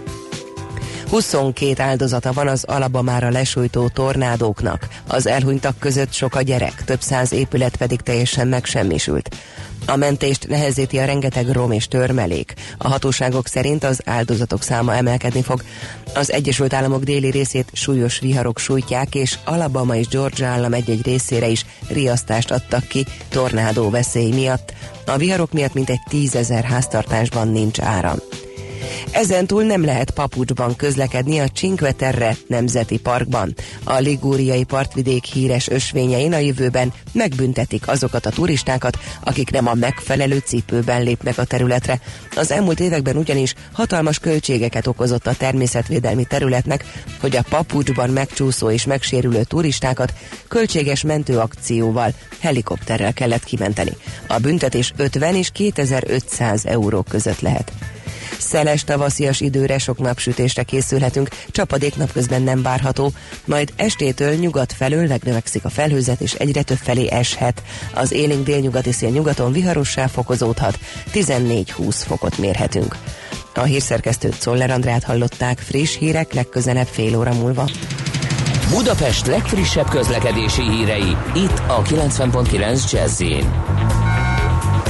22 áldozata van az Alabamára lesújtó tornádóknak. Az elhunytak között sok a gyerek, több száz épület pedig teljesen megsemmisült. A mentést nehezíti a rengeteg rom és törmelék. A hatóságok szerint az áldozatok száma emelkedni fog. Az Egyesült Államok déli részét súlyos viharok sújtják, és Alabama és Georgia állam egy-egy részére is riasztást adtak ki tornádó veszély miatt. A viharok miatt mintegy 10 000 háztartásban nincs áram. Ezentúl nem lehet papucsban közlekedni a Cinque Terre nemzeti parkban. A ligúriai partvidék híres ösvényein a jövőben megbüntetik azokat a turistákat, akik nem a megfelelő cipőben lépnek a területre. Az elmúlt években ugyanis hatalmas költségeket okozott a természetvédelmi területnek, hogy a papucsban megcsúszó és megsérülő turistákat költséges mentőakcióval, helikopterrel kellett kimenteni. A büntetés 50 és 2500 euró között lehet. Szeles tavaszias időre, sok napsütésre készülhetünk, csapadék napközben nem várható, majd estétől nyugat felől megnövekszik a felhőzet és egyre több felé eshet. Az élénk délnyugati szél nyugaton viharossá fokozódhat, 14-20 fokot mérhetünk. A hírszerkesztőt Czoller Andrát hallották, friss hírek legközelebb fél óra múlva. Budapest legfrissebb közlekedési hírei, itt a 90.9 Jazz-in.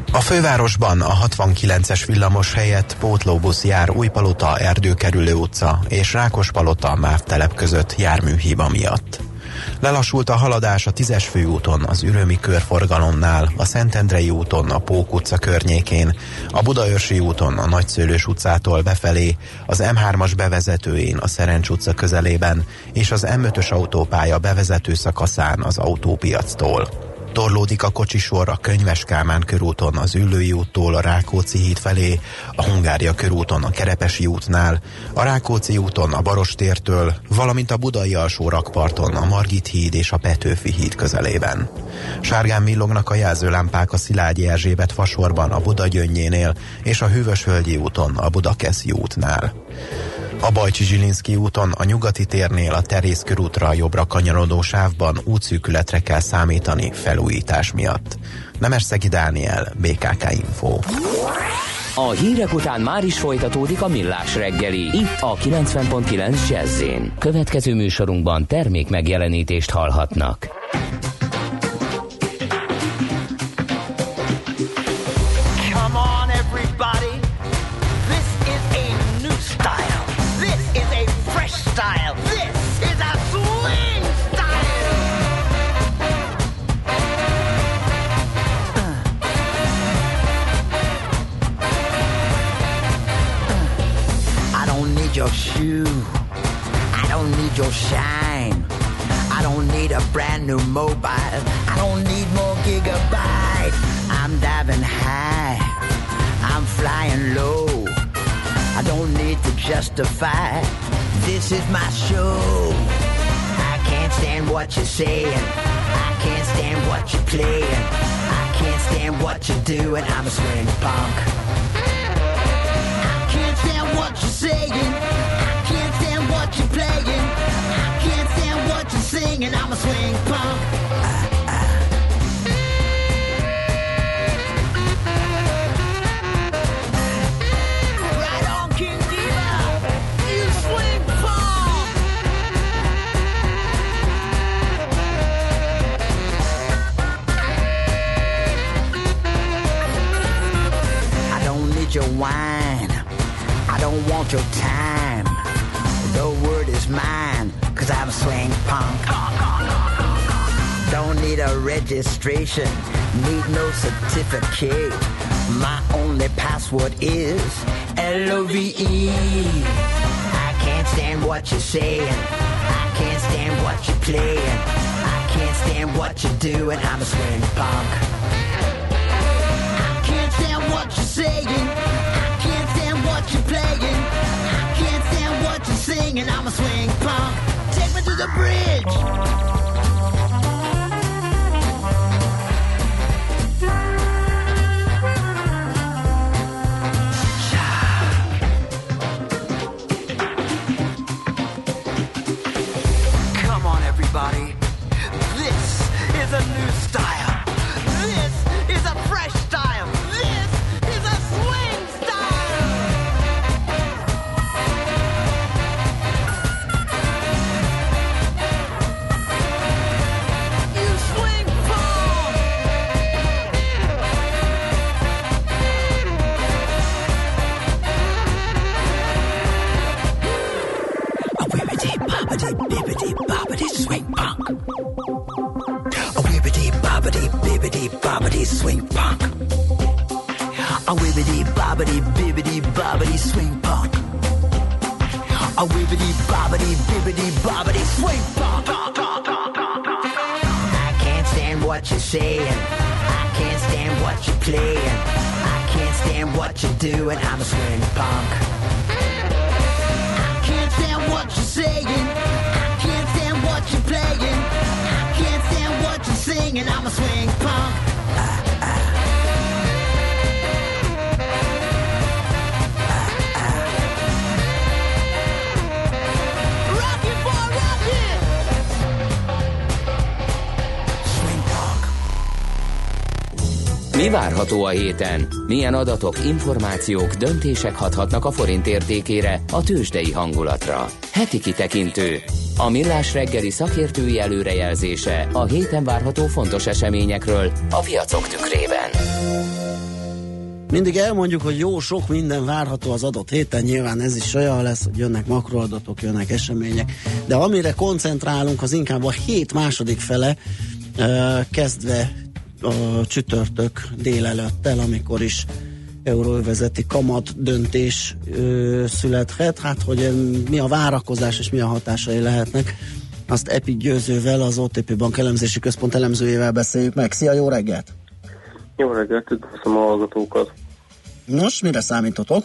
A fővárosban a 69-es villamos helyett pótlóbusz jár Újpalota, Erdőkerülő utca és Rákospalota MÁV telep között járműhiba miatt. Lelassult a haladás a 10-es főúton, az Ürömi körforgalomnál, a Szentendrei úton, a Pók utca környékén, a Budaörsi úton, a Nagyszőlős utcától befelé, az M3-as bevezetőjén, a Szerencs utca közelében, és az M5-ös autópálya bevezető szakaszán az autópiactól. Torlódik a kocsisor a Könyves Kálmán körúton az Üllői úttól a Rákóczi híd felé, a Hungária körúton a Kerepesi útnál, a Rákóczi úton a Barostértől, valamint a Budai alsó rakparton a Margit híd és a Petőfi híd közelében. Sárgán villognak a jelzőlámpák a Szilágyi Erzsébet fasorban a Budagyöngyénél és a Hűvösvölgyi úton a Budakeszi útnál. A Bajcsi-Zsilinszky úton a Nyugati térnél a Terész körútra jobbra kanyarodó sávban útszűkületre kell számítani felújítás miatt. Nemesszegi Dániel, BKK Info. A hírek után már is folytatódik a Millás reggeli, itt a 90.9 Jazz-én. Következő műsorunkban termék megjelenítést hallhatnak. Style. This is a swing style. I don't need your shoe. I don't need your shine. I don't need a brand new mobile. I don't need more gigabyte. I'm diving high. I'm flying low. I don't need to justify. This is my show. I can't stand what you're saying. I can't stand what you're playing. I can't stand what you're doing. I'm a swing punk. I can't stand what you're saying. I can't stand what you're playing. I can't stand what you're singing. I'm a swing punk. Your wine, I don't want your time. The word is mine, 'cause I'm a swing punk. Don't need a registration, need no certificate. My only password is LOVE. I can't stand what you're saying. I can't stand what you're playing. I can't stand what you're doing. I'm a swing punk. I can't stand what you're saying. You're playing. I can't stand what you're singing. I'm a swing punk. Take me to the bridge. Come on, everybody. This is a new style. This is a fresh style. This is a swing style. Bobbity swing punk. A wibbity bobbity bibbity bobbity swing punk. A wibbity bobbity bibbity bobbity swing punk. I can't stand what you're saying. I can't stand what you're playing. I can't stand what you're doing. I'm a swing punk. I can't stand what you're saying. I can't stand what you're playing. I can't stand what you're singing. I'm a swing punk. Mi várható a héten? Milyen adatok, információk, döntések hathatnak a forint értékére, a tőzsdei hangulatra? Heti kitekintő. A Millás reggeli szakértői előrejelzése a héten várható fontos eseményekről a piacok tükrében. Mindig elmondjuk, hogy jó, sok minden várható az adott héten, nyilván ez is olyan lesz, hogy jönnek makroadatok, jönnek események, de amire koncentrálunk, az inkább a hét második fele, kezdve a csütörtök délelőttel, amikor is euróövezeti kamat döntés születhet, hát hogy mi a várakozás és mi a hatásai lehetnek, azt Epi Győzővel, az OTP Bank elemzési központ elemzőjével beszéljük meg. Szia, jó reggelt! Jó reggelt, üdvözlöm a hallgatókat! Nos, mire számítotok?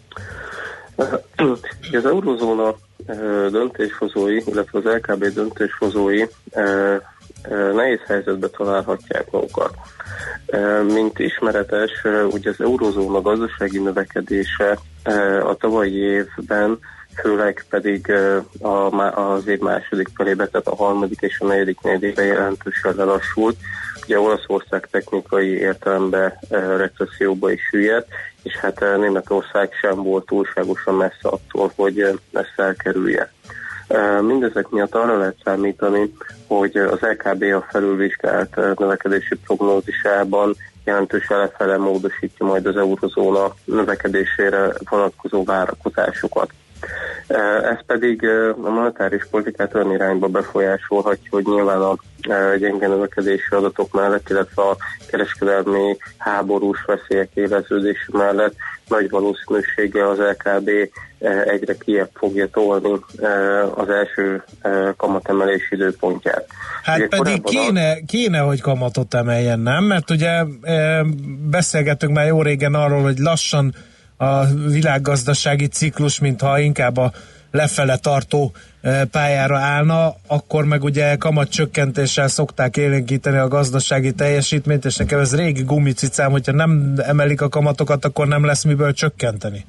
Az Eurozóna döntéshozói, illetve az LKB döntéshozói nehéz helyzetbe találhatják magukat. Mint ismeretes, ugye az Eurozóna gazdasági növekedése a tavalyi évben, főleg pedig az év második felébe, tehát a harmadik és a negyedik negyedébe jelentősen lelassult. Ugye Olaszország technikai értelemben recesszióba is süllyedt, és hát Németország sem volt túlságosan messze attól, hogy ezt elkerülje. Mindezek miatt arra lehet számítani, hogy az LKB a felülvizsgált növekedési prognózisában jelentősen lefele módosítja majd az eurozóna növekedésére vonatkozó várakozásokat. Ez pedig a monetáris politikát olyan irányba befolyásolhatja, hogy nyilván a gyenge növekedési adatok mellett, illetve a kereskedelmi háborús veszélyek éleződése mellett nagy valószínűséggel az LKB egyre kijebb fogja tolni az első kamatemelés időpontját. Hát ugye pedig kéne, hogy kamatot emeljen, nem? Mert ugye beszélgetünk már jó régen arról, hogy lassan a világgazdasági ciklus, mintha inkább a lefele tartó pályára állna, akkor meg ugye kamatcsökkentéssel szokták élénkíteni a gazdasági teljesítményt, és nekem ez régi gumicicám, hogyha nem emelik a kamatokat, akkor nem lesz miből csökkenteni.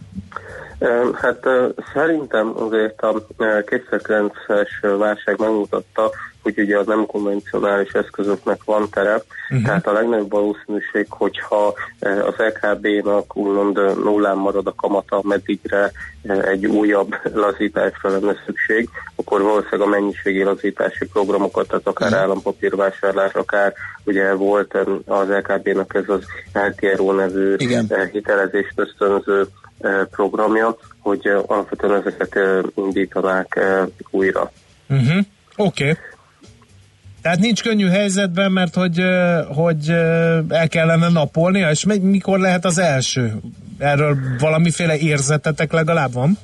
Hát szerintem azért a 2009-es válság megmutatta, hogy ugye a nem konvencionális eszközöknek van tere, tehát a legnagyobb valószínűség, hogyha az LKB-nak úgymond nullán marad a kamata, meddigre egy újabb lazításra lenne szükség, akkor valószínűleg a mennyiségi lazítási programokat, tehát akár állampapírvásárlás, akár ugye volt az LKB-nak ez az LTRO nevű hitelezést ösztönző programja, hogy alapvetően ezeket indítanák újra. Oké. Tehát nincs könnyű helyzetben, mert hogy el kellene napolnia, és mikor lehet az első? Erről valamiféle érzetetek legalább van?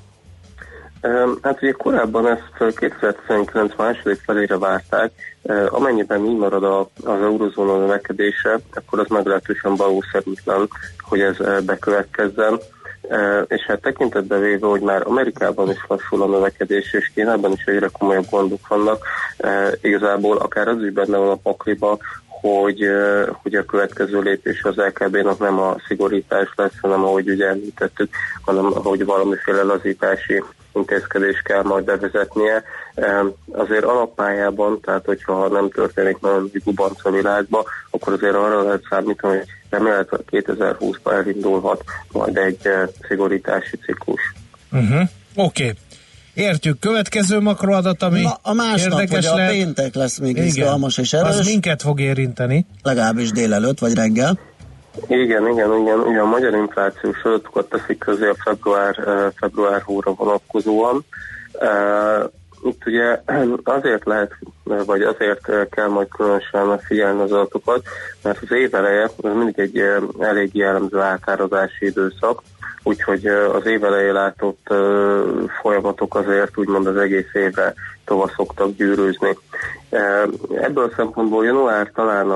Hát ugye korábban ezt 2019 második felére várták, amennyiben így marad az eurozóna növekedése, akkor az meglehetősen valószerűtlen, hogy ez bekövetkezzen. És hát tekintetbe véve, hogy már Amerikában is lassul a növekedés, és Kínában is egyre komolyabb gondok vannak, igazából akár az is benne van a pakliba, hogy a következő lépés az LKB-nak nem a szigorítás lesz, hanem ahogy ugye említettük, hanem ahogy valamiféle lazítási intézkedés kell majd bevezetnie. Azért alappályában, tehát hogyha nem történik nagyon gubanc a világba, akkor azért arra lehet számítani, hogy remélhetőleg 2020-ban elindulhat majd egy szigorítási ciklus. Oké. Értjük. Következő makroadat, ami a másnap, érdekes lehet. A péntek lesz még izgalmas és erős. Az minket fog érinteni. Legalábbis délelőtt vagy reggel. Igen. Ugye a magyar inflációs adatokat teszik közé a február hóra vonatkozóan. Itt ugye azért lehet, vagy azért kell majd különösen figyelni az adatokat, mert az év eleje az mindig egy elég jellemző átárazási időszak, úgyhogy az év elején látott folyamatok azért úgymond az egész évre tovább szoktak gyűrűzni. Ebből a szempontból január talán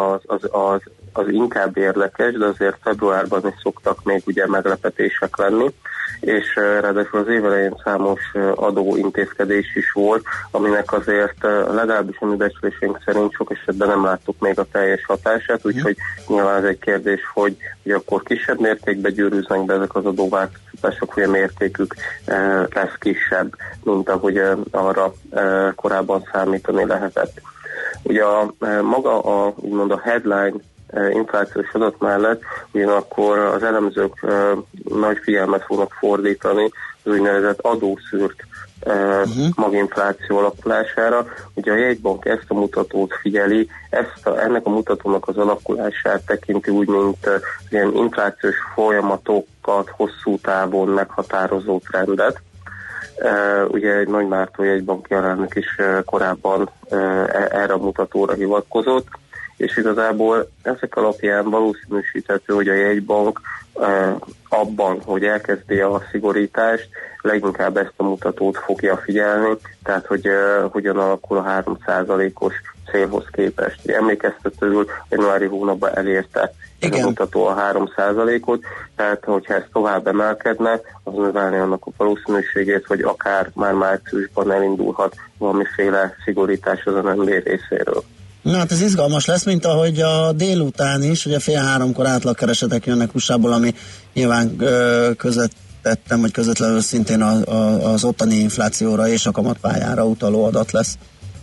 az inkább érdekes, de azért februárban is szoktak még ugye meglepetések lenni, és ráadásul az év elején számos adóintézkedés is volt, aminek azért legalábbis a mi becsléseink szerint sok esetben nem láttuk még a teljes hatását, úgyhogy nyilván ez egy kérdés, hogy akkor kisebb mértékben gyűrűznek be ezek az adóváltoztatások, hogy a mértékük lesz kisebb, mint ahogy arra korábban számítani lehetett. Ugye maga úgymond a headline inflációs adat mellett ugyanakkor az elemzők nagy figyelmet fognak fordítani az úgynevezett adószűrt maginfláció alakulására. Ugye a jegybank ezt a mutatót figyeli, ennek a mutatónak az alakulását tekinti úgy, mint ilyen inflációs folyamatokat hosszú távon meghatározó trendet. Ugye egy Nagy Márton jegybanki alelnök is korábban erre a mutatóra hivatkozott, és igazából ezek alapján valószínűsíthető, hogy a jegybank abban, hogy elkezdi a szigorítást, leginkább ezt a mutatót fogja figyelni, tehát hogy hogyan alakul a 3%-os célhoz képest. Emlékeztetőül januári hónapban elérte ez a mutató a 3%-ot, tehát hogyha ez tovább emelkedne, az növelni annak a valószínűségét, hogy akár már márciusban elindulhat valamiféle szigorítás az MNB részéről. Na hát ez izgalmas lesz, mint ahogy a délután is, ugye 2:30 átlagkeresetek jönnek USA-ból, ami nyilván közvetettem, vagy közvetlenül szintén az ottani inflációra és a kamatpályára utaló adat lesz.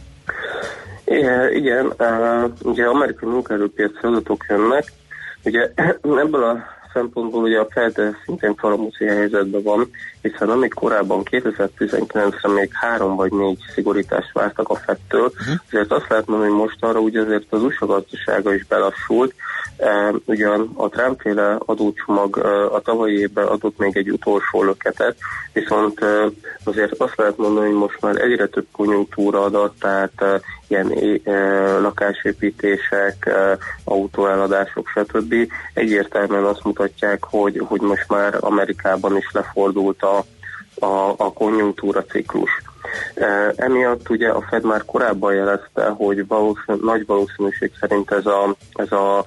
Igen, ugye amerikai munkaerőpiaci adatok jönnek, ugye ebből a szempontból ugye a Fed szintén faramúci helyzetben van, hiszen amíg korábban 2019-re még 3 vagy 4 szigorítást vártak a Fedtől, azért azt lehet mondani, hogy most arra ugye azért az USA gazdasága is belassult, ugyan a Trump-féle adócsomag a tavalyi évben adott még egy utolsó löketet, viszont azért azt lehet mondani, hogy most már egyre több konjunktúra adat, tehát ilyen lakásépítések, autóeladások, stb. Egyértelműen azt mutatják, hogy most már Amerikában is lefordult a konjunktúra ciklus. Emiatt ugye a Fed már korábban jelezte, hogy nagy valószínűség szerint ez a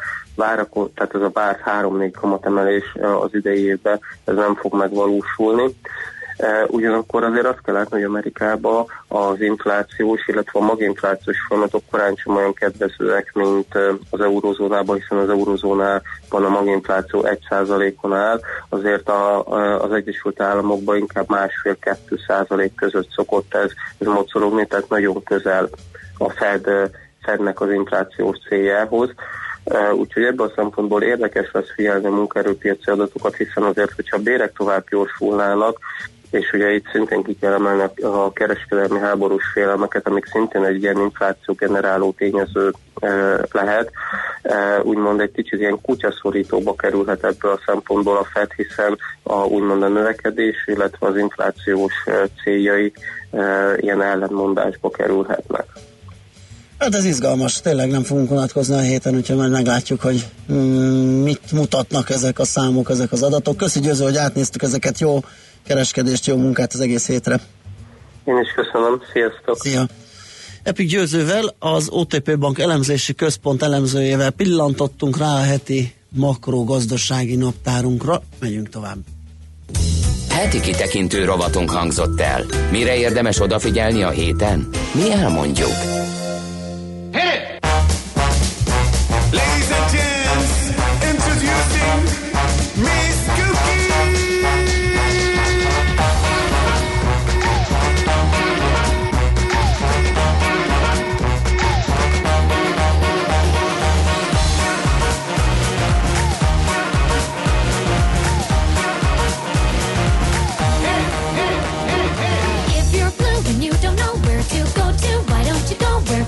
bár 3-4 kamatemelés az idei évben ez nem fog megvalósulni. Ugyanakkor azért azt kell látni, hogy Amerikában az inflációs, illetve a maginflációs folyamatok korán sem olyan kedvezőek, mint az eurozónában, hiszen az eurozónában a maginfláció 1%-on áll, azért az Egyesült Államokban inkább 1,5-2% között szokott ez mocorogni, tehát nagyon közel a Fednek az inflációs céljához. Úgyhogy ebből a szempontból érdekes lesz figyelni a munkaerőpiaci adatokat, hiszen azért, hogyha a bérek tovább gyorsulnának, és ugye itt szintén ki kell emelni a kereskedelmi háborús félelmeket, amik szintén egy ilyen infláció generáló tényező lehet, úgymond egy kicsit ilyen kutyaszorítóba kerülhet ebből a szempontból a Fed, hiszen úgymond a növekedés, illetve az inflációs céljai ilyen ellentmondásba kerülhetnek. Hát ez izgalmas, tényleg nem fogunk unatkozni a héten, úgyhogy majd meglátjuk, hogy mit mutatnak ezek a számok, ezek az adatok. Köszi Győző, hogy átnéztük ezeket, jó kereskedést, jó munkát az egész hétre. Én is köszönöm, sziasztok! Szia! Epik Győzővel, az OTP Bank elemzési központ elemzőjével pillantottunk rá a heti makrogazdasági naptárunkra. Megyünk tovább. Heti kitekintő rovatunk hangzott el. Mire érdemes odafigyelni a héten? Mi elmondjuk. Ladies and gents, introducing Miss Cookie. If you're blue and you don't know where to go to, why don't you go where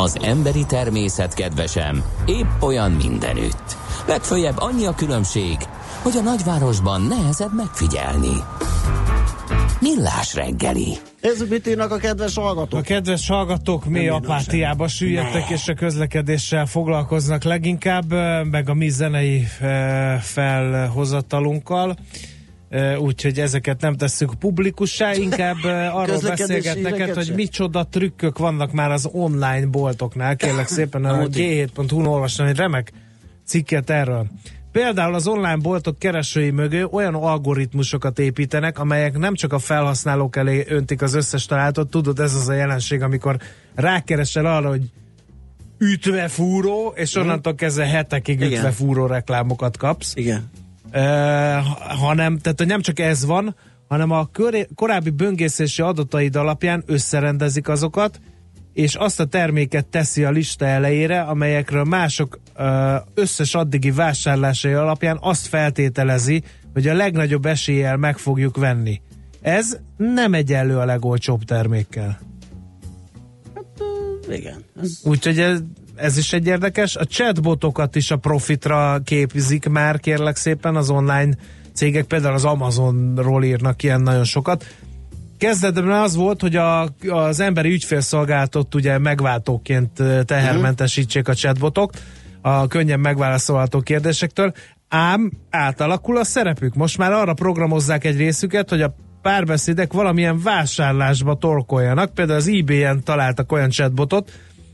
Az emberi természet kedvesem, épp olyan mindenütt. Legföljebb annyi a különbség, hogy a nagyvárosban nehezebb megfigyelni. Millás reggeli. Nézzük, mit írnak a kedves hallgatók. A kedves hallgatók mély apátiába süllyedtek, és a közlekedéssel foglalkoznak leginkább, meg a mi zenei felhozatalunkkal. Úgyhogy ezeket nem tesszük publikussá, inkább arról beszélgetnek, hogy micsoda trükkök vannak már az online boltoknál. Kérlek szépen a G7.hu-n olvastam egy remek cikket erről. Például az online boltok keresői mögé olyan algoritmusokat építenek, amelyek nem csak a felhasználók elé öntik az összes találatot, tudod, ez az a jelenség, amikor rákeresel arra, hogy ütvefúró, és onnantól kezdve hetekig ütvefúró reklámokat kapsz. Igen. Hanem, tehát nem csak ez van, hanem a korábbi böngészési adataid alapján összerendezik azokat, és azt a terméket teszi a lista elejére, amelyekről mások összes addigi vásárlásai alapján azt feltételezi, hogy a legnagyobb eséllyel meg fogjuk venni. Ez nem egyenlő a legolcsóbb termékkel. Hát, igen. Úgyhogy ez is egy érdekes. A chatbotokat is a profitra képizik már, kérlek szépen, az online cégek, például az Amazonról írnak ilyen nagyon sokat. Kezdetben az volt, hogy az emberi ügyfélszolgálatot ugye megváltóként tehermentesítsék a chatbotok a könnyen megválaszolható kérdésektől, ám átalakul a szerepük. Most már arra programozzák egy részüket, hogy a párbeszédek valamilyen vásárlásba torkoljanak. Például az eBay-en találtak olyan chatbotot,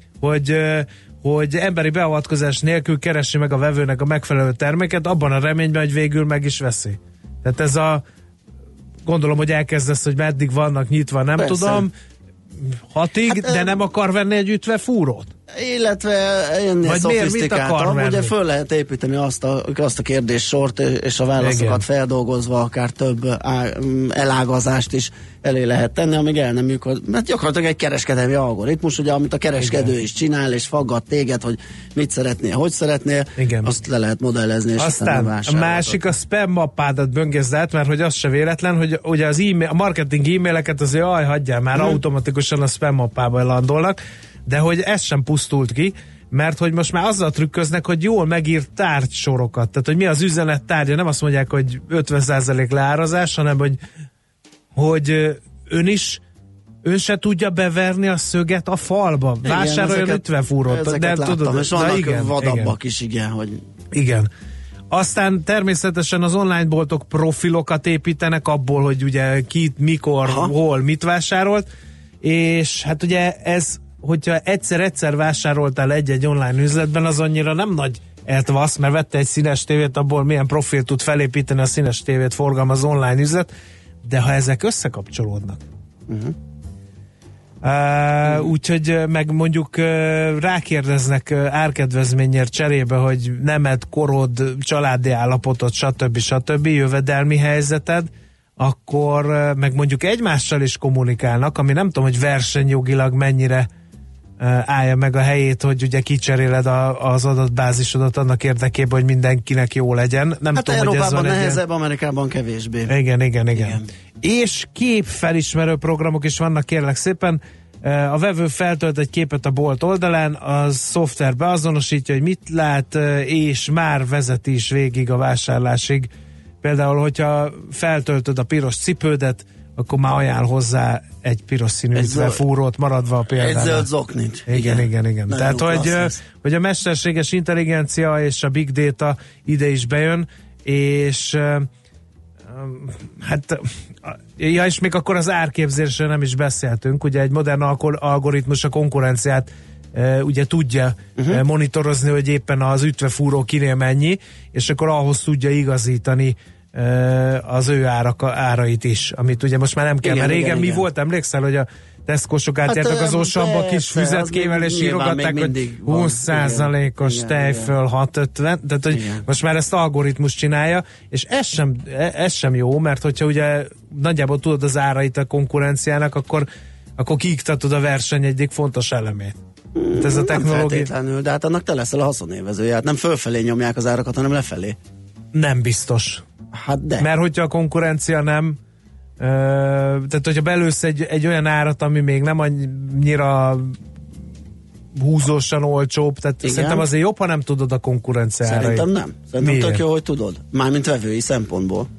hogy emberi beavatkozás nélkül keresi meg a vevőnek a megfelelő terméket, abban a reményben, hogy végül meg is veszi. Tehát ez gondolom, hogy elkezdesz, hogy meddig vannak nyitva, nem Persze. tudom, 6-ig, de nem akar venni egy ütvefúrót? Illetve ennél szofisztikáltabb, ugye föl lehet építeni azt a kérdéssort, és a válaszokat feldolgozva akár több elágazást is elé lehet tenni, amíg el nem működik. Mert gyakorlatilag egy kereskedelmi algoritmus, ugye, amit a kereskedő is csinál, és faggat téged, hogy mit szeretnél, hogy szeretnél, azt le lehet modellezni, és aztán a másik a spam mappádat böngészd át, mert hogy az se véletlen, hogy ugye az a marketing e-maileket azért hagyjál már, automatikusan a spam mappába landolnak, de hogy ez sem pusztult ki, mert hogy most már azzal trükköznek, hogy jól megírt tárgysorokat. Tehát, hogy mi az üzenet tárgya, nem azt mondják, hogy 50% leárazás, hanem, hogy ön se tudja beverni a szöget a falba. Vásároljon ütvefúrót. De tudod, és vannak vadabbak is, igen, hogy... Igen. Aztán természetesen az online boltok profilokat építenek abból, hogy ugye ki, mikor, hol, mit vásárolt, és hát ugye ez, hogyha egyszer vásároltál egy online üzletben, az annyira nem nagy eltvasz, mert vette egy színes tévét, abból milyen profil tud felépíteni a színes tévét forgalmaz online üzlet, de ha ezek összekapcsolódnak. Úgyhogy meg mondjuk rákérdeznek árkedvezményért cserébe, hogy nemed, korod, családi állapotod, stb. Jövedelmi helyzeted, akkor meg mondjuk egymással is kommunikálnak, ami nem tudom, hogy versenyjogilag mennyire állja meg a helyét, hogy ugye kicseréled az adatbázisodat annak érdekében, hogy mindenkinek jó legyen. Nem hát tudom, Európában hogy ez van nehezebb, Amerikában kevésbé. Igen. És képfelismerő programok is vannak, kérlek szépen. A vevő feltölt egy képet a bolt oldalán, a szoftver beazonosítja, hogy mit lát, és már vezeti is végig a vásárlásig. Például, hogyha feltöltöd a piros cipődet, akkor már ajánl hozzá egy piros színű ütvefúrót, maradva a példánál. Egy zöld zoknit. Igen. Tehát, hogy a mesterséges intelligencia és a big data ide is bejön, és hát és még akkor az árképzésről nem is beszéltünk, ugye egy modern algoritmus a konkurenciát ugye tudja monitorozni, hogy éppen az ütvefúró kinél mennyi, és akkor ahhoz tudja igazítani az ő árait is, amit ugye most már nem kell, mert régen mi volt, emlékszel, hogy a Tesco-sok átjártak az Orsamba kis füzetkével, és írogatták, hogy 20%-os tejföl 6,50, tehát hogy most már ezt algoritmus csinálja, és ez sem jó, mert hogyha ugye nagyjából tudod az árait a konkurenciának, akkor kiiktatod a verseny egyik fontos elemét. Hát ez a technológia... Nem feltétlenül, de hát annak te leszel a haszonélvezője, hát nem fölfelé nyomják az árakat, hanem lefelé. Nem biztos. Hát de. Mert hogyha a konkurencia nem tehát hogyha belősz egy olyan árat, ami még nem annyira húzósan olcsóbb, tehát igen. Szerintem azért jobb, ha nem tudod a konkurenciára. Szerintem nem. Szerintem tök jó, hogy tudod. Mármint vevői szempontból.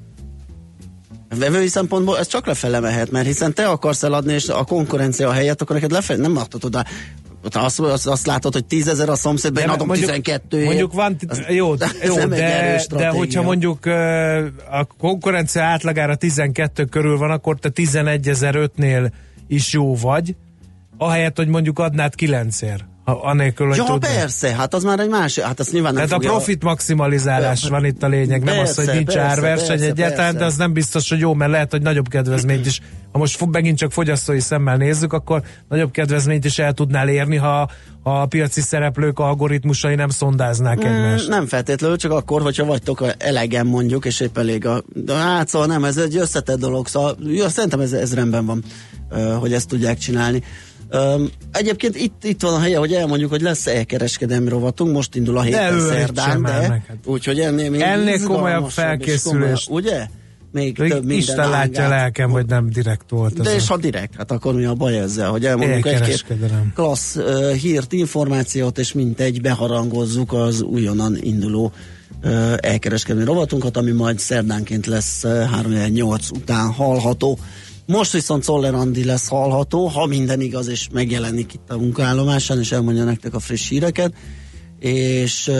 Vevői szempontból ez csak lefele mehet, mert hiszen te akarsz eladni, és a konkurencia helyett, akkor neked lefele, nem adhatod oda. Azt látod, hogy 10 000 a szomszédban, én adom mondjuk, 12 mondjuk van, jó, de hogyha mondjuk a konkurencia átlagára 12 körül van, akkor te 11.500-nél is jó vagy, ahelyett, hogy mondjuk adnád 9-ért. Anélkül, hogy ja, persze, hát az már egy másik, hát azt nyilván nem tehát fogja... a profit maximalizálás van itt a lényeg, persze, nem az, hogy nincs árverseny egyáltalán, de az nem biztos, hogy jó, mert lehet, hogy nagyobb kedvezményt is, ha most megint csak fogyasztói szemmel nézzük, akkor nagyobb kedvezményt is el tudnál érni, ha a piaci szereplők algoritmusai nem szondáznák egymást. Nem feltétlenül, csak akkor, hogyha vagytok elegen mondjuk, és épp elég de hát szóval nem, ez egy összetett dolog, szóval szerintem ez rendben van, hogy ezt tudják csinálni. Egyébként itt van a helye, hogy elmondjuk, hogy lesz elkereskedelmi rovatunk, most indul a héten szerdán, de úgyhogy ennél komolyabb felkészülés. Ugye? Még több minden Isten látja lelkem, hogy nem direkt volt. De és ha direkt, hát akkor mi a baj ezzel, hogy elmondjuk egy-két klassz hírt, információt, és mintegy beharangozzuk az újonnan induló elkereskedelmi rovatunkat, ami majd szerdánként lesz 3-8 után hallható. Most viszont Czoller Andi lesz hallható, ha minden igaz, és megjelenik itt a munkaállomásán, és elmondja nektek a friss híreket, és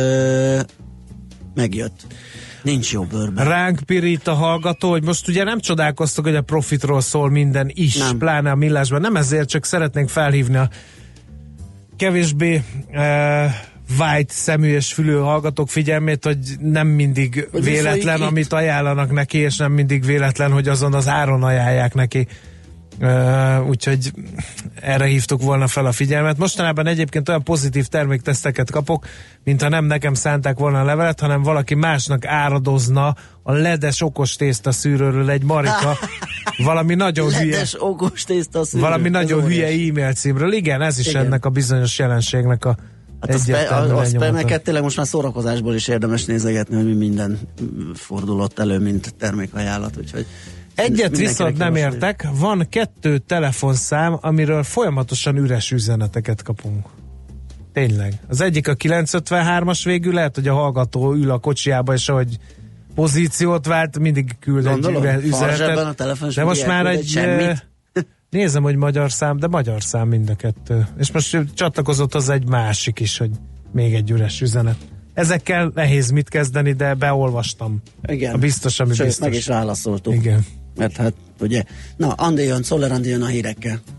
megjött. Nincs jó bőrben. Ránk pirít a hallgató, hogy most ugye nem csodálkoztok, hogy a profitról szól minden is, nem. Pláne a millásban. Nem ezért, csak szeretnénk felhívni a kevésbé white szemű és fülű hallgatók figyelmét, hogy nem mindig hogy véletlen, amit ajánlanak neki, és nem mindig véletlen, hogy azon az áron ajánlják neki. Úgyhogy erre hívtuk volna fel a figyelmet. Mostanában egyébként olyan pozitív termékteszteket kapok, mintha nem nekem szánták volna a levelet, hanem valaki másnak áradozna a ledes okos tészta szűrőről egy Marika valami nagyon ledes hülye okos tészta szűrő. Valami nagyon hülye e-mail címről. Igen, ez is igen. Ennek a bizonyos jelenségnek a hát a spameket tényleg most már szórakozásból is érdemes nézegetni, hogy mi minden fordulott elő, mint termékajánlat, úgyhogy egyet viszont nem értek, van 2 telefonszám, amiről folyamatosan üres üzeneteket kapunk. Tényleg. Az egyik a 953-as végül, lehet, hogy a hallgató ül a kocsiába, és ahogy pozíciót vált, mindig küld egy üzenetet. De most már egy nézem, hogy magyar szám, de magyar szám mind a 2. És most csatlakozott az egy másik is, hogy még egy üres üzenet. Ezekkel nehéz mit kezdeni, de beolvastam. Igen. A biztos, ami sőt, biztos. meg is válaszoltuk. Igen. Mert hát, ugye, na, Andi jön, Czoller Andi jön a hírekkel.